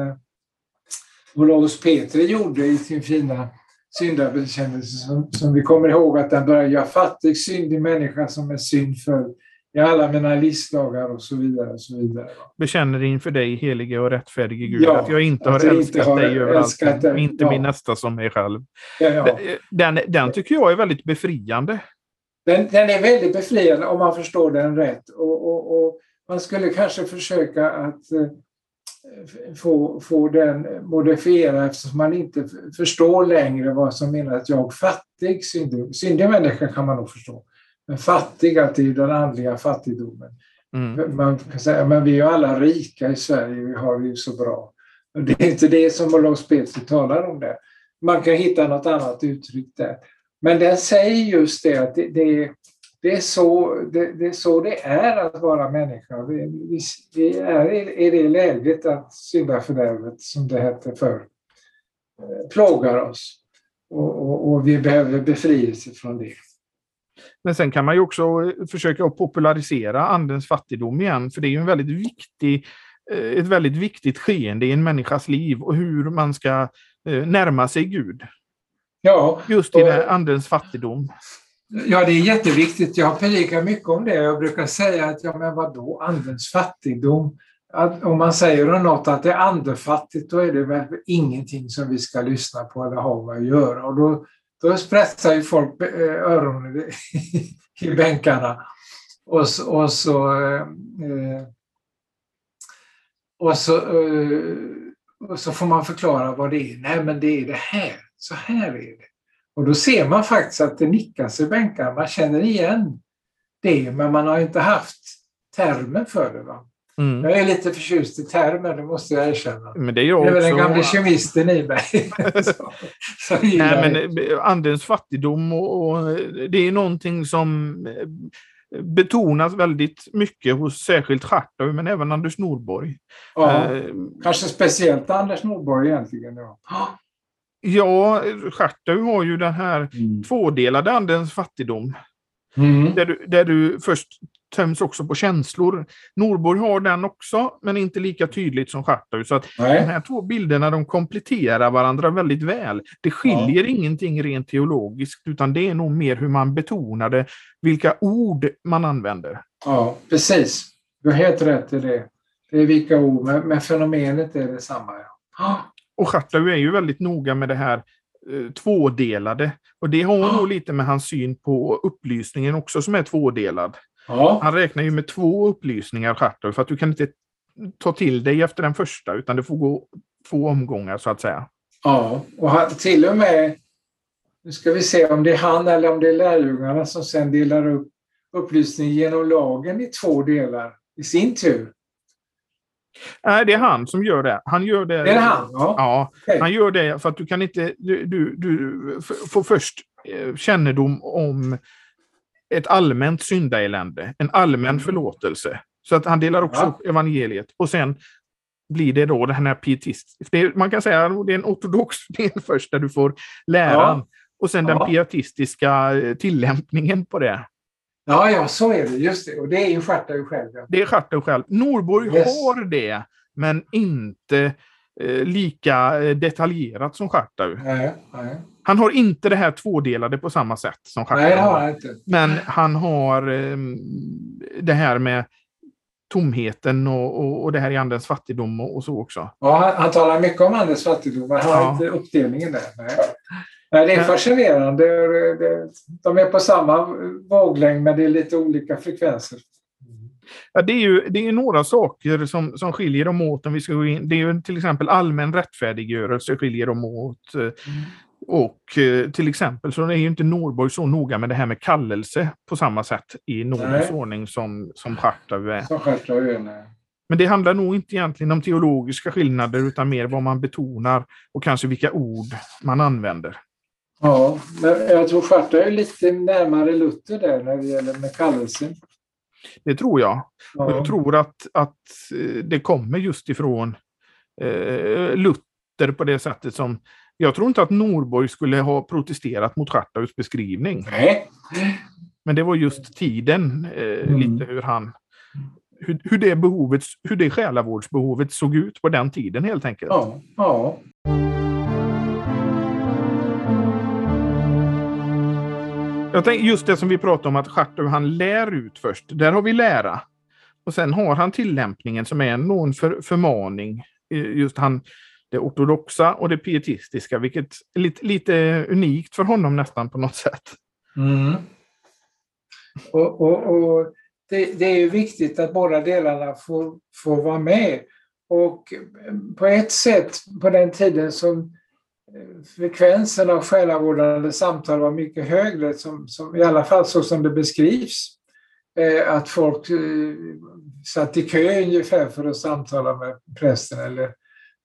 [SPEAKER 2] Olaus Petri gjorde i sin fina syndabekännelse, som, som vi kommer ihåg att den börjar: jag fattig syndig människa som är synd för i alla mina livsdagar och så vidare och så vidare.
[SPEAKER 1] Bekänner inför dig, helige och rättfärdige Gud,
[SPEAKER 2] ja,
[SPEAKER 1] att jag inte har
[SPEAKER 2] jag
[SPEAKER 1] älskat
[SPEAKER 2] inte har
[SPEAKER 1] dig överallt,
[SPEAKER 2] dig.
[SPEAKER 1] inte
[SPEAKER 2] ja.
[SPEAKER 1] min nästa som mig själv.
[SPEAKER 2] Ja, ja.
[SPEAKER 1] Den, den tycker jag är väldigt befriande.
[SPEAKER 2] Den, den är väldigt befriande om man förstår den rätt. Och, och, och man skulle kanske försöka att få, få den modifierad eftersom man inte förstår längre vad som menar att jag fattig. Syndig, syndig människa kan man nog förstå. Men fattig, att det är den andliga fattigdomen. Mm. Man kan säga, men vi är ju alla rika i Sverige, vi har det ju så bra. Och det är inte det som Olaus Petri talar om det. Man kan hitta något annat uttryck där. Men den säger just det att det, det, det, är, så, det, det är så det är att vara människa. Vi, vi, vi är i, i det läget att syndafördärvet, som det hette förr, plågar oss. Och, och, och vi behöver befrielse från det.
[SPEAKER 1] Men sen kan man ju också försöka popularisera andens fattigdom igen, för det är ju en väldigt viktig, ett väldigt viktigt skeende i en människas liv och hur man ska närma sig Gud.
[SPEAKER 2] Ja,
[SPEAKER 1] just i och, den andens fattigdom.
[SPEAKER 2] Ja, det är jätteviktigt. Jag predikar mycket om det. Jag brukar säga att ja, men vadå andens fattigdom? Att om man säger om något att det är andefattigt, då är det väl ingenting som vi ska lyssna på eller ha med att göra. Och då Då sprättar ju folk öronen i bänkarna. Och så, och så, eh, och, så, eh, och så får man förklara vad det är. Nej, men det är det här. Så här är det. Och då ser man faktiskt att det nickas i bänkarna. Man känner igen det, men man har inte haft termen för det, va? Mm. Jag är lite förtjust i termer, det måste jag erkänna.
[SPEAKER 1] Men det är jag
[SPEAKER 2] det är
[SPEAKER 1] också...
[SPEAKER 2] väl den gamla kemisten i mig. så, så
[SPEAKER 1] Nej, men andens fattigdom och, och det är någonting som betonas väldigt mycket hos särskilt Schartau, men även Anders Nordborg.
[SPEAKER 2] Ja, eh, kanske speciellt Anders Nordborg egentligen. Ja,
[SPEAKER 1] ja Schartau har ju den här mm. tvådelade andens fattigdom. Mm. Där, du, där du först töms också på känslor. Nordborg har den också, men inte lika tydligt som Schartau. Så att Nej. de här två bilderna, de kompletterar varandra väldigt väl. Det skiljer ja. ingenting rent teologiskt, utan det är nog mer hur man betonar det, vilka ord man använder.
[SPEAKER 2] Ja, precis. Du har helt rätt i det. Det är vilka ord, men, men fenomenet är detsamma. Ja.
[SPEAKER 1] Och Schartau är ju väldigt noga med det här eh, tvådelade. Och det har ja. nog lite med hans syn på upplysningen också, som är tvådelad. Ja. Han räknar ju med två upplysningar, Schartau, för att du kan inte ta till dig efter den första, utan det får gå två omgångar så att säga.
[SPEAKER 2] Ja, och han, till och med, nu ska vi se om det är han eller om det är lärjungarna som sen delar upp upplysningen genom lagen i två delar i sin tur.
[SPEAKER 1] Nej, det är han som gör det. Han gör det.
[SPEAKER 2] Det är han, ja.
[SPEAKER 1] Ja, okay. Han gör det för att du kan inte, du, du, du får först kännedom om ett allmänt syndaelände, en allmän förlåtelse. Så att han delar också upp ja. evangeliet. Och sen blir det då den här pietist. Det, man kan säga att det är en ortodox del först där du får läran. Ja. Och sen ja. den pietistiska tillämpningen på det.
[SPEAKER 2] Ja, ja, så är det. Just det. Och det är ju Schartau själv. Ja.
[SPEAKER 1] Det är Schartau själv. Norborg yes. har det, men inte eh, lika detaljerat som Schartau.
[SPEAKER 2] Nej, nej.
[SPEAKER 1] Han har inte det här tvådelade på samma sätt som Schartau.
[SPEAKER 2] Nej, det har han inte.
[SPEAKER 1] Men han har eh, det här med tomheten och, och, och det här i andens fattigdom och, och så också.
[SPEAKER 2] Ja, han, han talar mycket om andens fattigdom, men han har ja. inte uppdelningen där. Nej. Nej, det är fascinerande. De är på samma våglängd, men det är lite olika frekvenser.
[SPEAKER 1] Ja, det är ju det är några saker som, som skiljer dem åt. Om vi ska gå in. Det är ju till exempel allmän rättfärdiggörelse skiljer dem åt. Mm. Och till exempel så är ju inte Nordborg så noga med det här med kallelse på samma sätt i nådens ordning som, som Schartau är.
[SPEAKER 2] Som Schartau är, nej.
[SPEAKER 1] Men det handlar nog inte egentligen om teologiska skillnader utan mer vad man betonar och kanske vilka ord man använder.
[SPEAKER 2] Ja, men jag tror Schartau är lite närmare Luther där när det gäller med kallelsen.
[SPEAKER 1] Det tror jag. Ja. Och jag tror att, att det kommer just ifrån eh, Luther på det sättet som... Jag tror inte att Nordborg skulle ha protesterat mot Schartaus beskrivning.
[SPEAKER 2] Nej.
[SPEAKER 1] Men det var just tiden, eh, mm. lite hur han... Hur, hur, det behovet, hur det själavårdsbehovet såg ut på den tiden helt enkelt.
[SPEAKER 2] Ja, ja.
[SPEAKER 1] Jag tänker just det som vi pratade om att Schartau han lär ut först. Där har vi lära. Och sen har han tillämpningen som är någon för, förmaning. Just han, det ortodoxa och det pietistiska. Vilket är lite, lite unikt för honom nästan på något sätt.
[SPEAKER 2] Mm. Och, och, och det, det är ju viktigt att båda delarna får, får vara med. Och på ett sätt, på den tiden som frekvensen av själavårdande samtal var mycket högre, som, som, i alla fall så som det beskrivs, eh, att folk eh, satt i kö ungefär för att samtala med prästen eller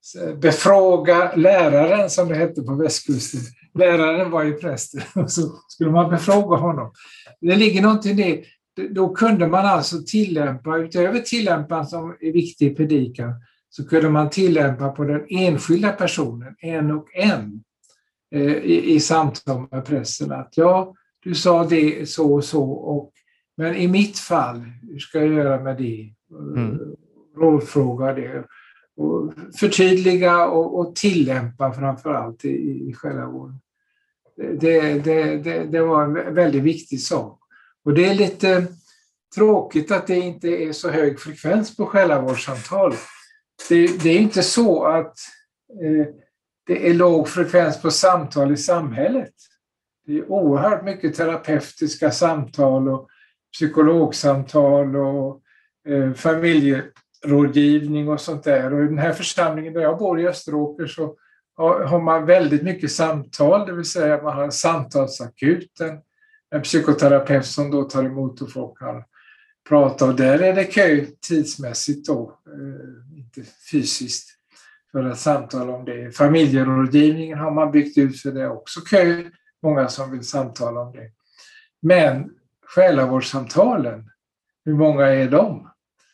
[SPEAKER 2] befråga läraren, som det hette på västkusten. Läraren var ju prästen och så skulle man befråga honom. Det ligger någonting i det. Då kunde man alltså tillämpa, utöver tillämpan som är viktig i predikan, så kunde man tillämpa på den enskilda personen, en och en, eh, i, i samtal med prästen. Att ja, du sa det så och så, och, men i mitt fall, hur ska jag göra med det? Mm. Rådfråga det. Och förtydliga och, och tillämpa framförallt i, i själavården. Det, det, det, det var en väldigt viktig sak. Och det är lite tråkigt att det inte är så hög frekvens på själavårdssamtal. Det, det är inte så att eh, det är låg frekvens på samtal i samhället. Det är oerhört mycket terapeutiska samtal och psykologsamtal och eh, familjerådgivning och sånt där. Och i den här församlingen där jag bor i Österåker så har, har man väldigt mycket samtal, det vill säga man har samtalsakuten, en psykoterapeut som då tar emot och folk kan prata, och där är det kö tidsmässigt då, eh, inte fysiskt, för att samtala om det. Familjerådgivningen har man byggt ut för det också kö, många som vill samtala om det. Men själavårdssamtalen, hur många är de?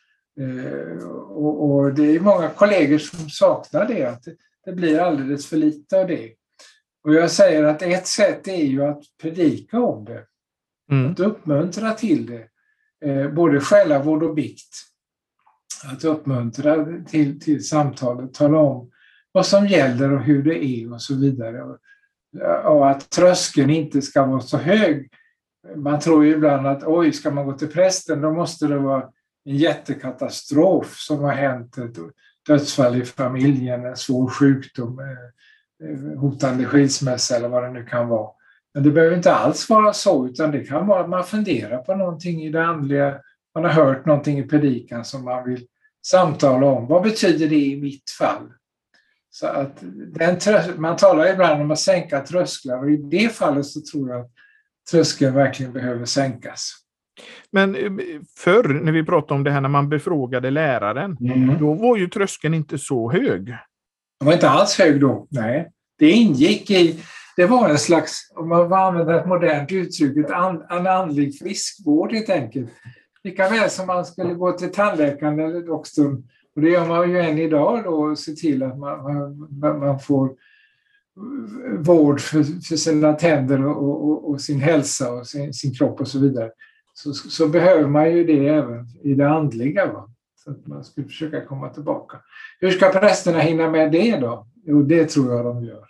[SPEAKER 2] Eh, och, och det är många kollegor som saknar det, att det, det blir alldeles för lite av det. Och jag säger att ett sätt är ju att predika om det, mm. att uppmuntra till det. Både själavård och bikt. Att uppmuntra till, till samtalet, tala om vad som gäller och hur det är och så vidare. Och att tröskeln inte ska vara så hög. Man tror ju ibland att oj, ska man gå till prästen då måste det vara en jättekatastrof som har hänt. Ett dödsfall i familjen, en svår sjukdom, hotande skilsmässa eller vad det nu kan vara. Men det behöver inte alls vara så, utan det kan vara att man funderar på någonting i det andliga. Man har hört någonting i predikan som man vill samtala om. Vad betyder det i mitt fall? Så att den trös- man talar ibland om att sänka trösklar, och i det fallet så tror jag att tröskeln verkligen behöver sänkas.
[SPEAKER 1] Men förr när vi pratade om det här när man befrågade läraren, mm. då var ju tröskeln inte så hög.
[SPEAKER 2] Den var inte alls hög då, nej. Det ingick i... Det var en slags, om man använder ett modernt uttryck, en andlig friskvård helt enkelt. Lika väl som man skulle gå till tandläkaren eller doktorn, och det gör man ju än idag då, och se till att man, man, man får vård för, för sina tänder och, och, och sin hälsa och sin, sin kropp och så vidare. Så, så behöver man ju det även i det andliga, va? Så att man skulle försöka komma tillbaka. Hur ska prästerna hinna med det då? Jo, det tror jag de gör.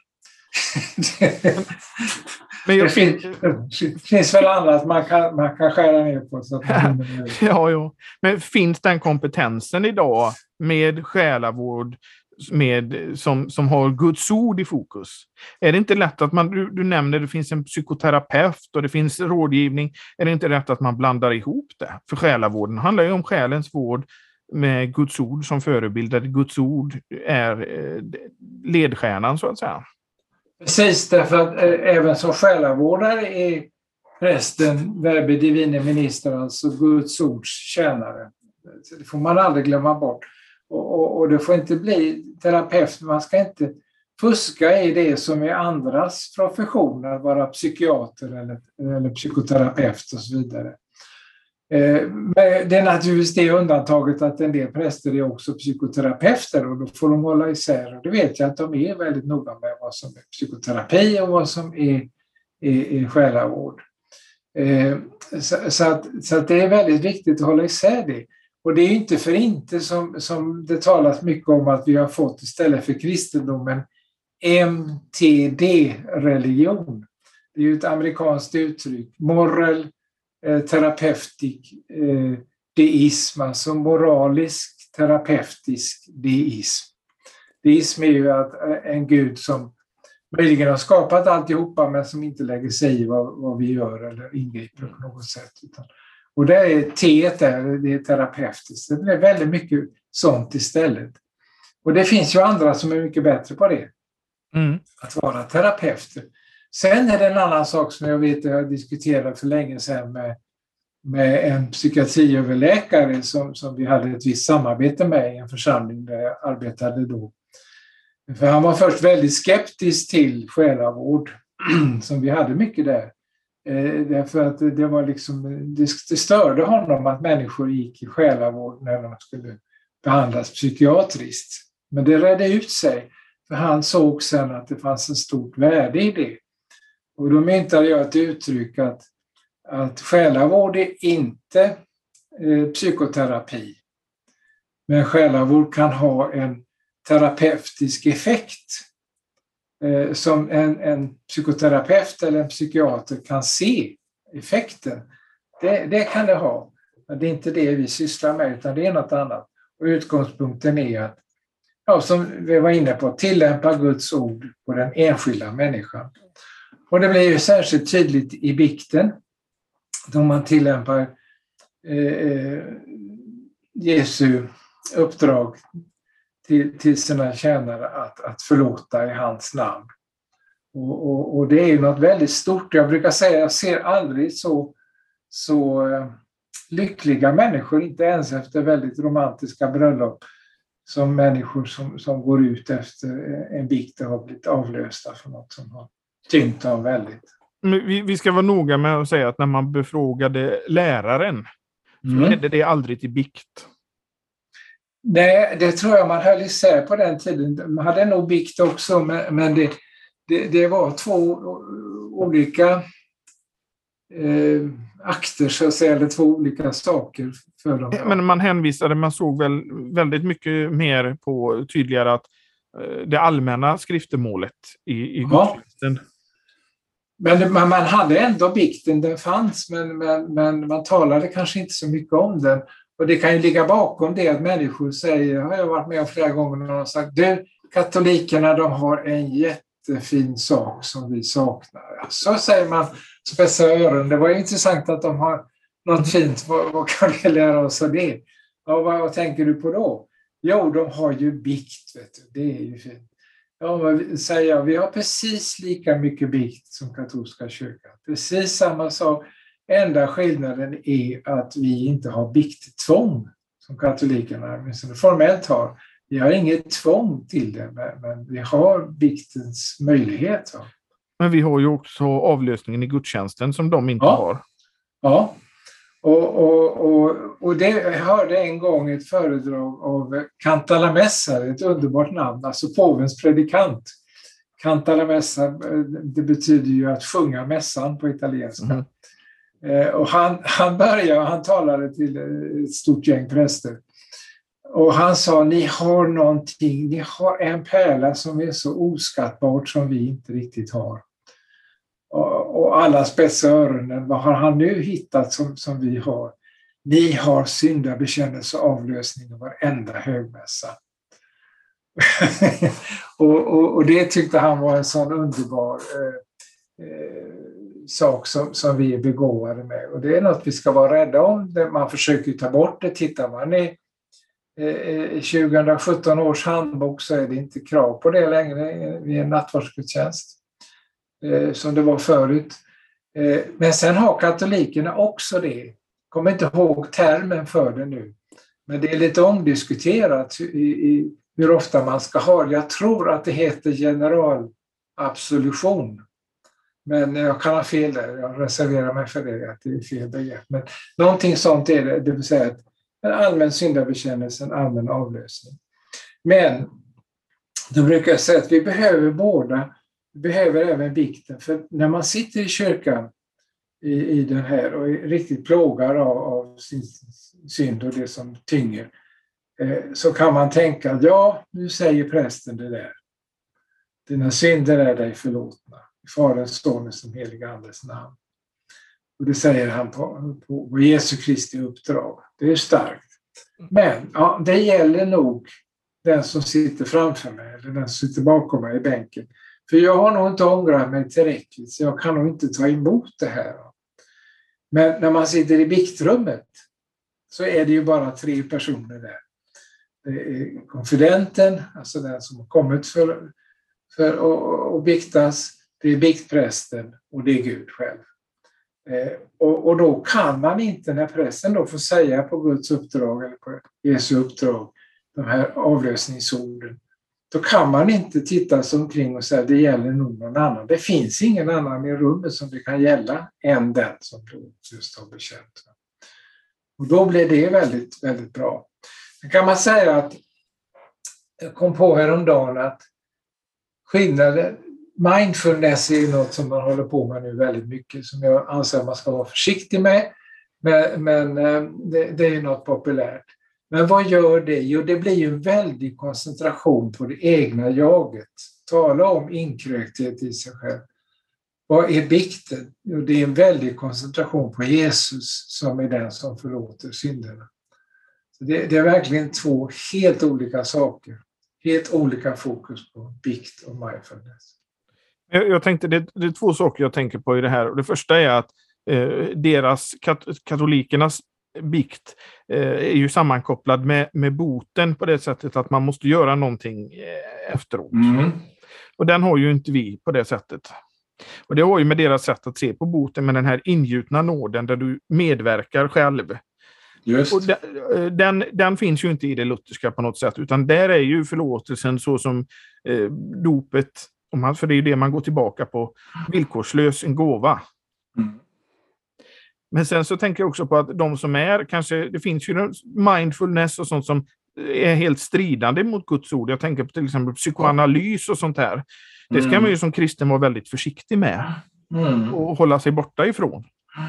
[SPEAKER 2] Men jag... det, finns, det finns väl annat man kan, man kan skära ner på. Så att man
[SPEAKER 1] ja, ja. Men finns den kompetensen idag med själavård med, som, som har Guds ord i fokus? Är det inte lätt att man, du, du nämner det finns en psykoterapeut och det finns rådgivning, är det inte rätt att man blandar ihop det? För själavården handlar ju om själens vård med Guds ord som förebild, där Guds ord är ledstjärnan så att säga.
[SPEAKER 2] Precis, därför att även som själavårdare är prästen verbi divine minister, alltså Guds ords tjänare. Det får man aldrig glömma bort. Och, och, och det får inte bli terapeut, man ska inte fuska i det som är andras professioner, att vara psykiater eller, eller psykoterapeut och så vidare. Men det är naturligtvis det undantaget att en del präster är också psykoterapeuter, och då får de hålla isär. Och det vet jag att de är väldigt noga med vad som är psykoterapi och vad som är, är, är själavård. Så, så, att, så att det är väldigt viktigt att hålla isär det. Och det är inte för inte som, som det talas mycket om att vi har fått istället för kristendomen M T D-religion. Det är ju ett amerikanskt uttryck. Moral terapeutisk eh, deism, alltså moralisk terapeutisk deism. Deism är ju att en gud som möjligen har skapat alltihopa men som inte lägger sig i vad, vad vi gör eller ingriper på något sätt. Utan, och det är T där, det är terapeutiskt. Det blir väldigt mycket sånt istället. Och det finns ju andra som är mycket bättre på det.
[SPEAKER 1] Mm.
[SPEAKER 2] Att vara terapeuter. Sen är det en annan sak som jag vet att jag diskuterade för länge sedan med, med en psykiatriöverläkare som, som vi hade ett visst samarbete med i en församling där jag arbetade då. För han var först väldigt skeptisk till själavård, som vi hade mycket där. Eh, därför att det var liksom, det, det störde honom att människor gick i själavård när de skulle behandlas psykiatriskt. Men det redde ut sig, för han såg sen att det fanns ett stort värde i det. Och då myntade jag ett uttryck att, att själavård är inte eh, psykoterapi. Men själavård kan ha en terapeutisk effekt eh, som en, en psykoterapeut eller en psykiater kan se effekten. Det, det kan det ha. Men det är inte det vi sysslar med, utan det är något annat. Och utgångspunkten är att, ja, som vi var inne på, tillämpa Guds ord på den enskilda människan. Och det blir ju särskilt tydligt i bikten då man tillämpar eh, Jesu uppdrag till, till sina tjänare att, att förlåta i hans namn. Och, och, och det är ju något väldigt stort. Jag brukar säga, jag ser aldrig så, så eh, lyckliga människor, inte ens efter väldigt romantiska bröllop, som människor som, som går ut efter en bikt och har blivit avlösta för något som har tyngt dem väldigt.
[SPEAKER 1] Men vi, vi ska vara noga med att säga att när man befrågade läraren mm. så ledde det aldrig till bikt.
[SPEAKER 2] Nej, det tror jag man höll isär på den tiden. Man hade nog bikt också, men, men det, det, det var två olika eh, akter, så att säga, eller två olika saker för dem.
[SPEAKER 1] Men man hänvisade, man såg väl väldigt mycket mer på tydligare att eh, det allmänna skriftemålet i, i gudstjänsten.
[SPEAKER 2] Ja. Men det, man, man hade ändå bikten, den fanns, men, men, men man talade kanske inte så mycket om den. Och det kan ju ligga bakom det att människor säger, har jag varit med om flera gånger när de har sagt, du, katolikerna, de har en jättefin sak som vi saknar. Så säger man, spetsa öron. Det var ju intressant att de har något fint, vad, vad kan vi lära oss av det? Ja, vad, vad tänker du på då? Jo, de har ju bikt, vet du. Det är ju fint. Ja, vad säger jag, vi har precis lika mycket bikt som katolska kyrkan. Precis samma sak. Enda skillnaden är att vi inte har bikttvång som katolikerna formellt har. Vi har inget tvång till det, men vi har biktens möjlighet. Va?
[SPEAKER 1] Men vi har ju också avlösningen i gudstjänsten som de inte
[SPEAKER 2] ja.
[SPEAKER 1] har.
[SPEAKER 2] Ja, och, och, och, och det jag hörde en gång ett föredrag av Cantalamessa, ett underbart namn, alltså påvens predikant. Cantalamessa, det betyder ju att sjunga mässan på italienska. Mm. Och han, han började, han talade till ett stort gäng präster. Och han sa, ni har någonting, ni har en pärla som är så oskattbart som vi inte riktigt har. Och, och alla spetsa öronen, vad har han nu hittat som, som vi har? Ni har syndabekännelse och avlösning i varenda högmässa. och, och, och det tyckte han var en sån underbar eh, eh, sak som, som vi är begåvade med. Och det är något vi ska vara rädda om. Man försöker ta bort det. Tittar man i eh, tjugohundrasjutton års handbok så är det inte krav på det längre vid en nattvardsgudstjänst eh, som det var förut. Eh, men sen har katolikerna också det. Kommer inte ihåg termen för det nu. Men det är lite omdiskuterat i, i hur ofta man ska ha det. Jag tror att det heter generalabsolution. Men jag kan ha fel där, jag reserverar mig för det, att det är fel begrepp. Men någonting sånt är det, det vill säga en allmän syndabekännelse, en allmän avlösning. Men då brukar jag säga att vi behöver båda, vi behöver även bikten. För när man sitter i kyrkan i, i den här och är riktigt plågar av, av sin synd och det som tynger, eh, så kan man tänka, ja, nu säger prästen det där. Dina synder är dig förlåtna. Faderns, Sonens som heliga Andes namn. Och det säger han på, på, på Jesu Kristi uppdrag. Det är starkt. Men ja, det gäller nog den som sitter framför mig eller den som sitter bakom mig i bänken. För jag har nog inte ångrat mig tillräckligt så jag kan nog inte ta emot det här. Men när man sitter i biktrummet så är det ju bara tre personer där. Det är konfidenten, alltså den som har kommit för, för att, att biktas. Det är biktprästen och det är Gud själv. Eh, och, och då kan man inte, när prästen då får säga på Guds uppdrag eller på Jesu uppdrag, de här avlösningsorden, då kan man inte titta sig omkring och säga det gäller nog någon annan. Det finns ingen annan i rummet som det kan gälla än den som just har bekänt. Och då blir det väldigt, väldigt bra. Då kan man säga att jag kom på häromdagen att skillnaden, mindfulness är något som man håller på med nu väldigt mycket, som jag anser att man ska vara försiktig med, men, men det, det är något populärt. Men vad gör det? Jo, det blir ju en väldig koncentration på det egna jaget. Tala om inkrökthet i sig själv. Vad är bikten? Jo, det är en väldig koncentration på Jesus som är den som förlåter synderna. Så det, det är verkligen två helt olika saker. Helt olika fokus på bikt och mindfulness.
[SPEAKER 1] Jag, jag tänkte, det, det är två saker jag tänker på i det här. Och det första är att eh, deras kat, katolikernas bikt eh, är ju sammankopplad med, med boten på det sättet att man måste göra någonting eh, efteråt. Mm. Och den har ju inte vi på det sättet. Och det har ju med deras sätt att se på boten, med den här ingjutna nåden där du medverkar själv.
[SPEAKER 2] Just.
[SPEAKER 1] Och den, den, den finns ju inte i det lutherska på något sätt, utan där är ju förlåtelsen så som eh, dopet, om man, för det är ju det man går tillbaka på, villkorslös, en gåva. Mm. Men sen så tänker jag också på att de som är, kanske, det finns ju mindfulness och sånt som är helt stridande mot Guds ord. Jag tänker på till exempel psykoanalys och sånt här. Det ska mm. man ju som kristen vara väldigt försiktig med mm. och hålla sig borta ifrån.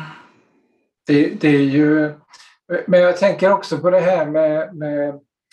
[SPEAKER 2] Det, det är ju, men jag tänker också på det här med, med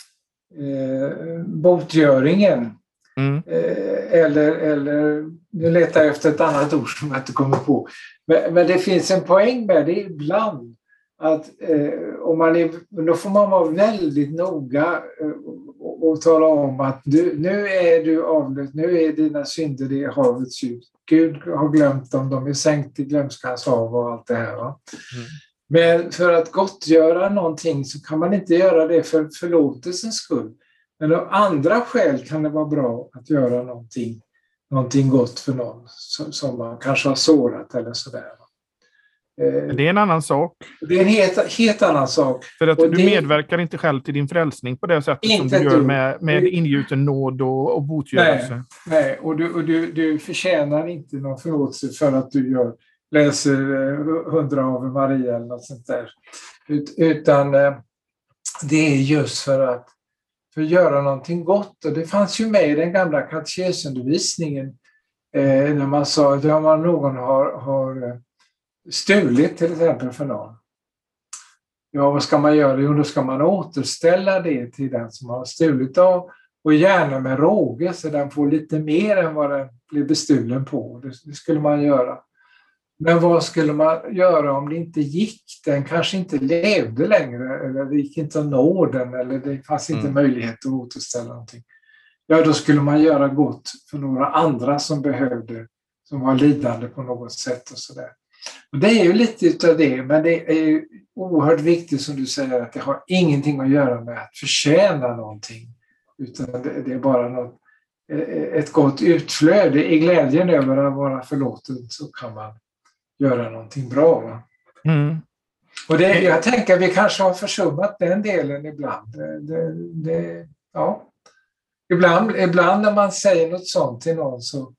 [SPEAKER 2] eh, botgöringen. Mm. Eh, eller, eller, nu letar jag efter ett annat ord som jag inte kommer på. Men, men det finns en poäng med det ibland. Att eh, om man är, då får man vara väldigt noga eh, och, och tala om att du, nu är du avlöst, nu är dina synder i havets djup. Gud har glömt dem, de är sänkt i glömskans hav och allt det här. Va? Mm. Men för att gottgöra någonting så kan man inte göra det för förlåtelsens skull. Men av andra skäl kan det vara bra att göra någonting, någonting gott för någon som, som man kanske har sårat eller sådär.
[SPEAKER 1] Det är en annan sak.
[SPEAKER 2] Det är en helt, helt annan sak.
[SPEAKER 1] För att
[SPEAKER 2] och
[SPEAKER 1] du
[SPEAKER 2] det,
[SPEAKER 1] medverkar inte själv till din frälsning på det sättet som du gör du. med, med ingjuten nåd och, och botgörelse.
[SPEAKER 2] Nej, nej. och, du, och du, du förtjänar inte någon förlåtelse för att du gör, läser hundra Ave Maria eller något sånt där. Ut, utan det är just för att, för att göra någonting gott. Och det fanns ju med i den gamla katekesundervisningen eh, när man sa att om man någon har, har stulit till exempel för någon. Ja, vad ska man göra? Jo, då ska man återställa det till den som har stulit av, och gärna med råge så den får lite mer än vad den blir bestulen på. Det, det skulle man göra. Men vad skulle man göra om det inte gick? Den kanske inte levde längre, eller det gick inte att nå den, eller det fanns inte mm. möjlighet att återställa någonting. Ja, då skulle man göra gott för några andra som behövde, som var lidande på något sätt och sådär. Och det är ju lite utav det, men det är ju oerhört viktigt som du säger att det har ingenting att göra med att förtjäna någonting, utan det, det är bara något, ett gott utflöde i glädjen över att vara förlåten, så kan man göra någonting bra. Va? Mm. Och det, jag tänker att vi kanske har försummat den delen ibland. Det, det, ja. ibland. Ibland när man säger något sånt till någon så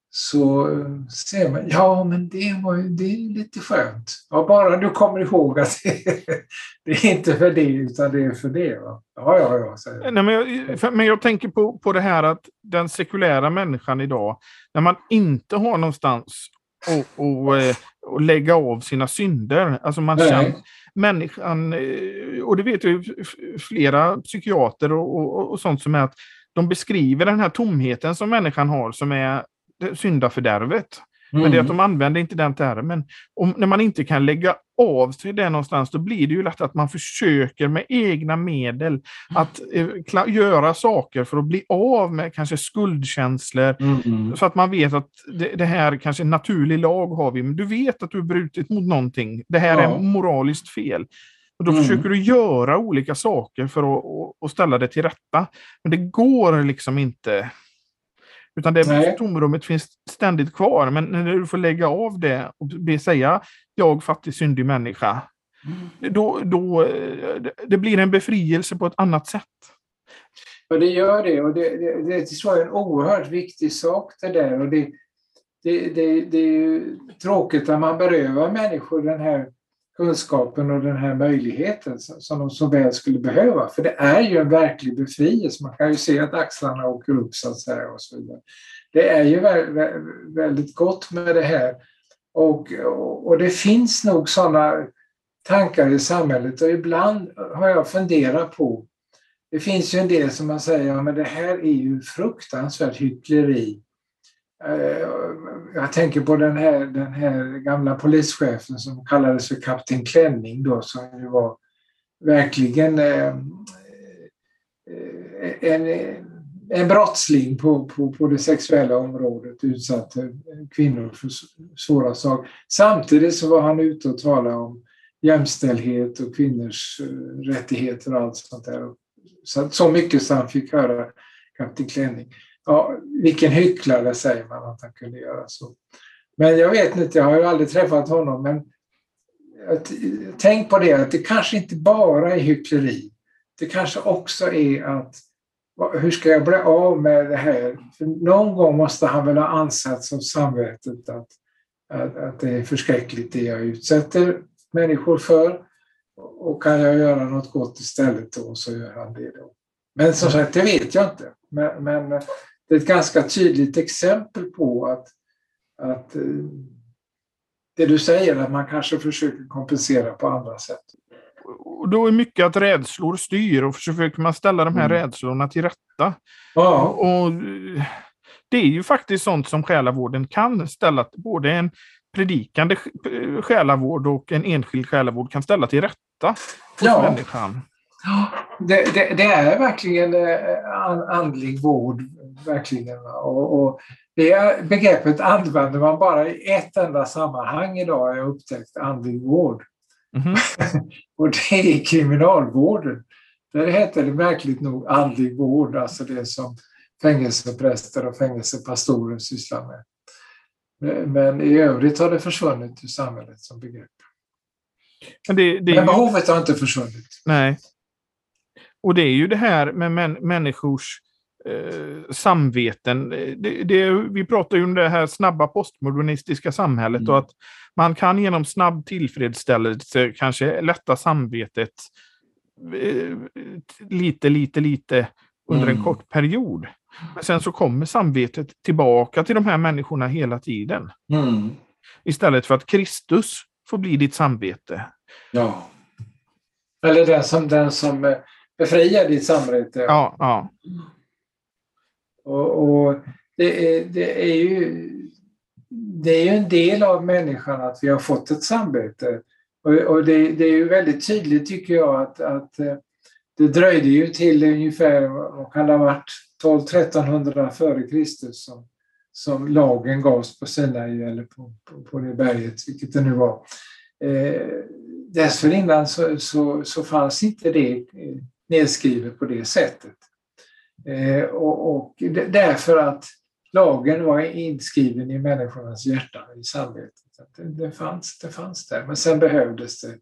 [SPEAKER 2] så ser man, ja men det, var ju, det är lite skönt. Ja, bara du kommer ihåg att det, det är inte för det utan det är för det. Va? Ja, ja, ja. Säger.
[SPEAKER 1] Nej, men, jag, för, men jag tänker på, på det här att den sekulära människan idag, när man inte har någonstans att och, och lägga av sina synder. Alltså man känner människan, och det vet ju flera psykiater och, och, och sånt som är att de beskriver den här tomheten som människan har som är syndafördärvet. Mm. Men det är att de använder inte den termen. Om, när man inte kan lägga av sig det någonstans, då blir det ju lätt att man försöker med egna medel att eh, kla- göra saker för att bli av med kanske skuldkänslor. Mm. Så att man vet att det, det här kanske en naturlig lag har vi, men du vet att du har brutit mot någonting. Det här ja. är moraliskt fel. Och då mm. försöker du göra olika saker för att, att ställa det till rätta. Men det går liksom inte. Utan det Nej. tomrummet finns ständigt kvar. Men när du får lägga av det och be säga jag fattig syndig människa. Mm. Då, då det blir en befrielse på ett annat sätt.
[SPEAKER 2] Och det gör det. Och det, det, det är en oerhört viktig sak det där. Och det, det, det, det är ju tråkigt att man berövar människor den här kunskapen och den här möjligheten som de så väl skulle behöva. För det är ju en verklig befrielse. Man kan ju se att axlarna åker upp så att säga och så vidare. Det är ju väldigt gott med det här. Och, och det finns nog sådana tankar i samhället och ibland har jag funderat på, det finns ju en del som man säger, ja, men det här är ju fruktansvärt hyckleri. Jag tänker på den här, den här gamla polischefen som kallades för Kapten Klänning då, som ju var verkligen en, en brottsling på, på, på det sexuella området, utsatt kvinnor för svåra saker. Samtidigt så var han ute och talade om jämställdhet och kvinnors rättigheter och allt sånt där. Så, så mycket som han fick höra Kapten Klänning. Ja, vilken hycklare säger man att han kunde göra så. Men jag vet inte, jag har ju aldrig träffat honom, men tänk på det, att det kanske inte bara är hyckleri. Det kanske också är att, hur ska jag bli av med det här? För någon gång måste han väl ha ansett som samvetet att, att, att det är förskräckligt det jag utsätter människor för. Och kan jag göra något gott istället då, så gör han det då. Men som sagt, det vet jag inte. Men, men det är ett ganska tydligt exempel på att, att det du säger, att man kanske försöker kompensera på andra sätt.
[SPEAKER 1] Och då är mycket att rädslor styr och försöker man ställa de här mm. rädslorna till rätta.
[SPEAKER 2] Ja.
[SPEAKER 1] Och det är ju faktiskt sånt som själavården kan ställa, både en predikande själavård och en enskild själavård kan ställa till rätta hos ja. människan.
[SPEAKER 2] Ja, det, det, det är verkligen andlig vård, verkligen. Och, och det begreppet använder man bara i ett enda sammanhang idag, jag har upptäckt, andlig vård. Mm-hmm. Och det är kriminalvården. Där heter det märkligt nog andlig vård, alltså det som fängelsepräster och fängelsepastorer sysslar med. Men i övrigt har det försvunnit ur samhället som begrepp.
[SPEAKER 1] Men, det, det
[SPEAKER 2] Men behovet har inte försvunnit.
[SPEAKER 1] Nej. Och det är ju det här med män, människors eh, samveten. Det, det, vi pratar ju om det här snabba postmodernistiska samhället mm. och att man kan genom snabb tillfredsställelse kanske lätta samvetet eh, lite, lite, lite under mm. en kort period. Men sen så kommer samvetet tillbaka till de här människorna hela tiden.
[SPEAKER 2] Mm.
[SPEAKER 1] Istället för att Kristus får bli ditt samvete.
[SPEAKER 2] Ja. Eller den som, den som befriar ditt samvete.
[SPEAKER 1] Ja, ja.
[SPEAKER 2] Och, och det, är, det, är ju, det är ju en del av människan att vi har fått ett samvete. Och, och det, det är ju väldigt tydligt tycker jag att, att det dröjde ju till ungefär, vad kan det ha varit, tolv trettonhundra före Kristus som, som lagen gavs på Sinai eller på, på, på det berget, vilket det nu var. Eh, dessförinnan så, så, så fanns inte det nedskrivet på det sättet. Eh, och, och därför att lagen var inskriven i människornas hjärta, i samvetet. Det, det, fanns, det fanns där, men sen behövdes det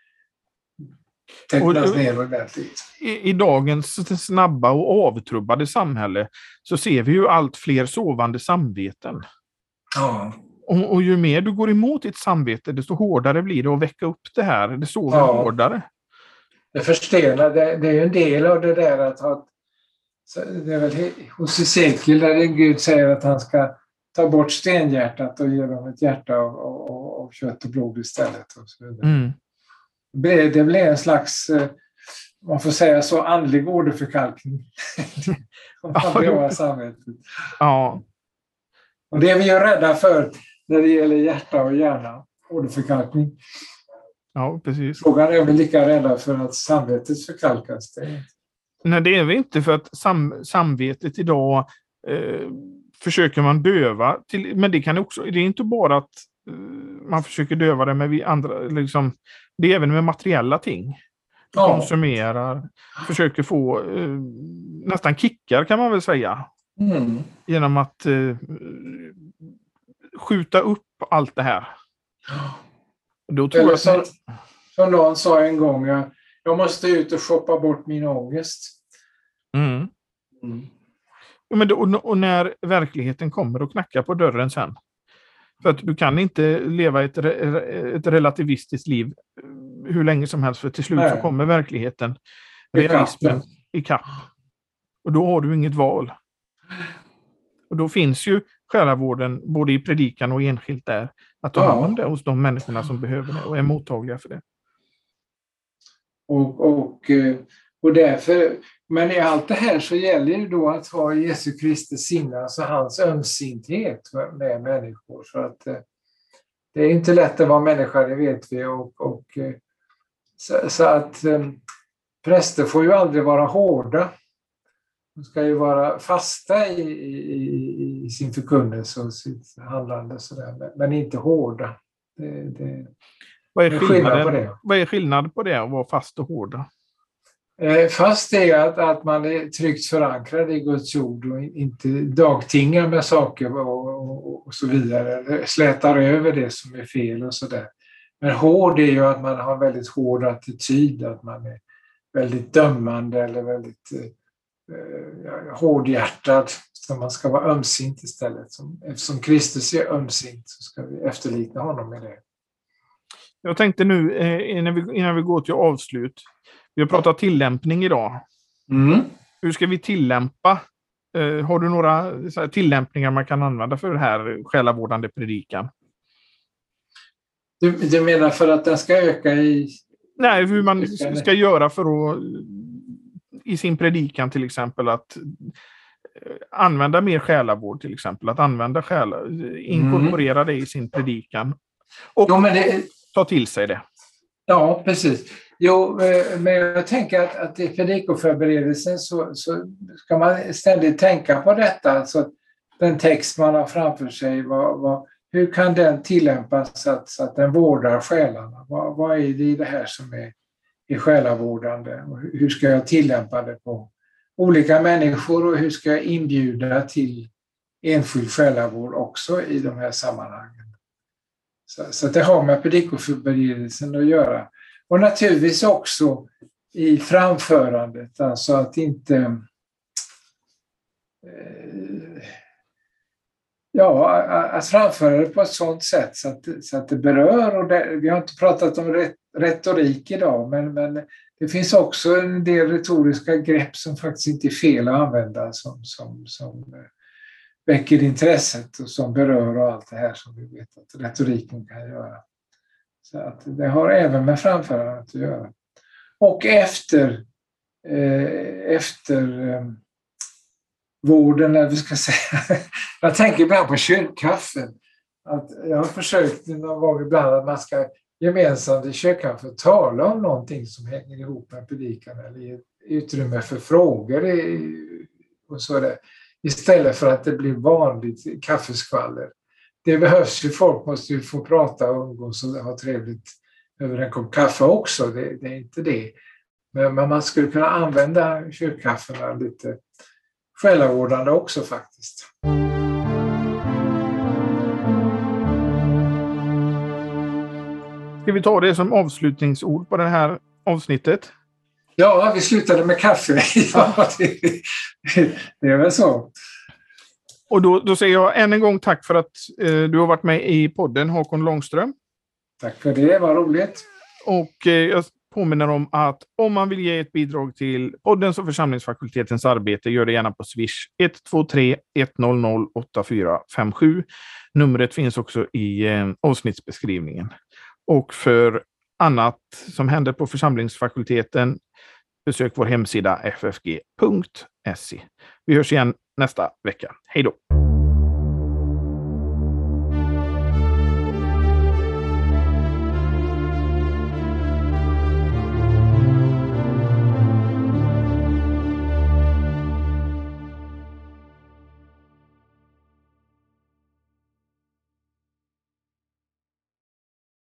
[SPEAKER 2] tecknas ner ordentligt.
[SPEAKER 1] I, I dagens snabba och avtrubbade samhälle så ser vi ju allt fler sovande samveten.
[SPEAKER 2] Ja.
[SPEAKER 1] Och, och ju mer du går emot ditt samvete, desto hårdare blir det att väcka upp det här. Det sover ja. hårdare.
[SPEAKER 2] Det förstenar, det, det är ju en del av det där att ha, det är väl hos Hesekiel där Gud säger att han ska ta bort stenhjärtat och ge dem ett hjärta av, av, av kött och blod istället. Och så vidare.
[SPEAKER 1] Mm.
[SPEAKER 2] Det blir en slags, man får säga så, andlig åderförkalkning. Om man berör samvetet.
[SPEAKER 1] Ja.
[SPEAKER 2] Och det är vi ju rädda för när det gäller hjärta och hjärna, åderförkalkning.
[SPEAKER 1] Ja, precis.
[SPEAKER 2] Frågan är vi lika rädda för att samvetet förkalkas. Det.
[SPEAKER 1] Nej, det är vi inte, för att sam, samvetet idag eh, försöker man döva. Till, men det kan också, det är inte bara att eh, man försöker döva det med vi andra, liksom, Det är även med materiella ting. Du
[SPEAKER 2] Ja.
[SPEAKER 1] konsumerar, försöker få eh, nästan kickar kan man väl säga.
[SPEAKER 2] Mm.
[SPEAKER 1] Genom att eh, skjuta upp allt det här. Då tror
[SPEAKER 2] Eller
[SPEAKER 1] jag
[SPEAKER 2] som,
[SPEAKER 1] att...
[SPEAKER 2] som någon sa en gång, jag, jag måste ut och shoppa bort min ångest.
[SPEAKER 1] Mm.
[SPEAKER 2] Mm.
[SPEAKER 1] Ja, men då, och, och när verkligheten kommer och knackar på dörren sen. För att du kan inte leva ett, ett relativistiskt liv hur länge som helst, för till slut
[SPEAKER 2] Nej.
[SPEAKER 1] så kommer verkligheten,
[SPEAKER 2] I
[SPEAKER 1] realismen
[SPEAKER 2] kapp,
[SPEAKER 1] i kapp. Och då har du inget val. Och då finns ju själavården både i predikan och enskilt där, att ta
[SPEAKER 2] Ja.
[SPEAKER 1] hand om det hos de människorna som behöver det och är mottagliga för det.
[SPEAKER 2] Och, och, och därför, men i allt det här så gäller det då att ha Jesu Kristi sinne, alltså hans ömsinthet med människor. Så att det är inte lätt att vara människa, det vet vi. Och, och, så, så att präster får ju aldrig vara hårda. De ska ju vara fasta i, i, i sin förkunnelse och sitt handlande, så där, men inte hårda. Det, det,
[SPEAKER 1] vad, är
[SPEAKER 2] det är skillnad på det.
[SPEAKER 1] vad är skillnad på det att vara fast och hårda?
[SPEAKER 2] Fast är att, att man är tryggt förankrad i Guds ord och inte dagtingar med saker och, och, och så vidare. Slätar över det som är fel och sådär. Men hård är ju att man har en väldigt hård attityd, att man är väldigt dömande eller väldigt eh, hårdhjärtad. Så man ska vara ömsint istället. Som, eftersom Kristus är ömsint så ska vi efterlikna honom i det. Jag
[SPEAKER 1] tänkte nu eh, innan, vi, innan vi går till avslut. Vi har pratat tillämpning idag.
[SPEAKER 2] Mm.
[SPEAKER 1] Hur ska vi tillämpa? Eh, har du några så här, tillämpningar man kan använda för det här själavårdande predikan?
[SPEAKER 2] Du, du menar för att den ska öka i...
[SPEAKER 1] Nej, hur man ska göra för att i sin predikan till exempel att använda mer själavård till exempel. Att använda själa, inkorporera mm. det i sin predikan. Och jo, men det... ta till sig det.
[SPEAKER 2] Ja, precis. Jo, men jag tänker att, att i predikoförberedelsen så, så ska man ständigt tänka på detta. Alltså den text man har framför sig, vad, vad, hur kan den tillämpas så att, så att den vårdar själarna? Vad, vad är det i det här som är, är själavårdande? Och hur ska jag tillämpa det på olika människor och hur ska jag inbjuda till enskild själavård också i de här sammanhangen? Så, så det har med predikoförberedelsen att göra. Och naturligtvis också i framförandet, alltså att inte eh, ja, att framföra det på ett sådant sätt så att, så att det berör. Och det, vi har inte pratat om retorik idag, men, men det finns också en del retoriska grepp som faktiskt inte är fel att använda som, som, som väcker intresset och som berör och allt det här som vi vet att retoriken kan göra. Så att det har även med framförandet att göra. Och efter, eh, efter eh, vården, eller vi ska säga, jag tänker ibland på kyrkkaffen. Att jag har försökt någon gång ibland att man ska gemensamt i kyrkkaffe tala om någonting som hänger ihop med predikan eller ge utrymme för frågor i, och sådär. Istället för att det blir vanligt kaffeskvaller. Det behövs ju, folk måste ju få prata och umgås och ha trevligt över en kopp kaffe också, det, det är inte det. Men, men man skulle kunna använda kyrkkaffena lite själavårdande också faktiskt.
[SPEAKER 1] Ska vi ta det som avslutningsord på det här avsnittet?
[SPEAKER 2] Ja, vi slutade med kaffe. Ja, det, det är väl så.
[SPEAKER 1] Och då, då säger jag än en gång tack för att eh, du har varit med i podden, Håkon Långström.
[SPEAKER 2] Tack för det, vad roligt.
[SPEAKER 1] Och eh, jag påminner om att om man vill ge ett bidrag till poddens och församlingsfakultetens arbete, gör det gärna på Swish ett två tre ett noll noll åtta fyra fem sju. Numret finns också i eh, avsnittsbeskrivningen. Och för annat som händer på församlingsfakulteten, besök vår hemsida f f g punkt se. Vi hörs igen nästa vecka. Hej då!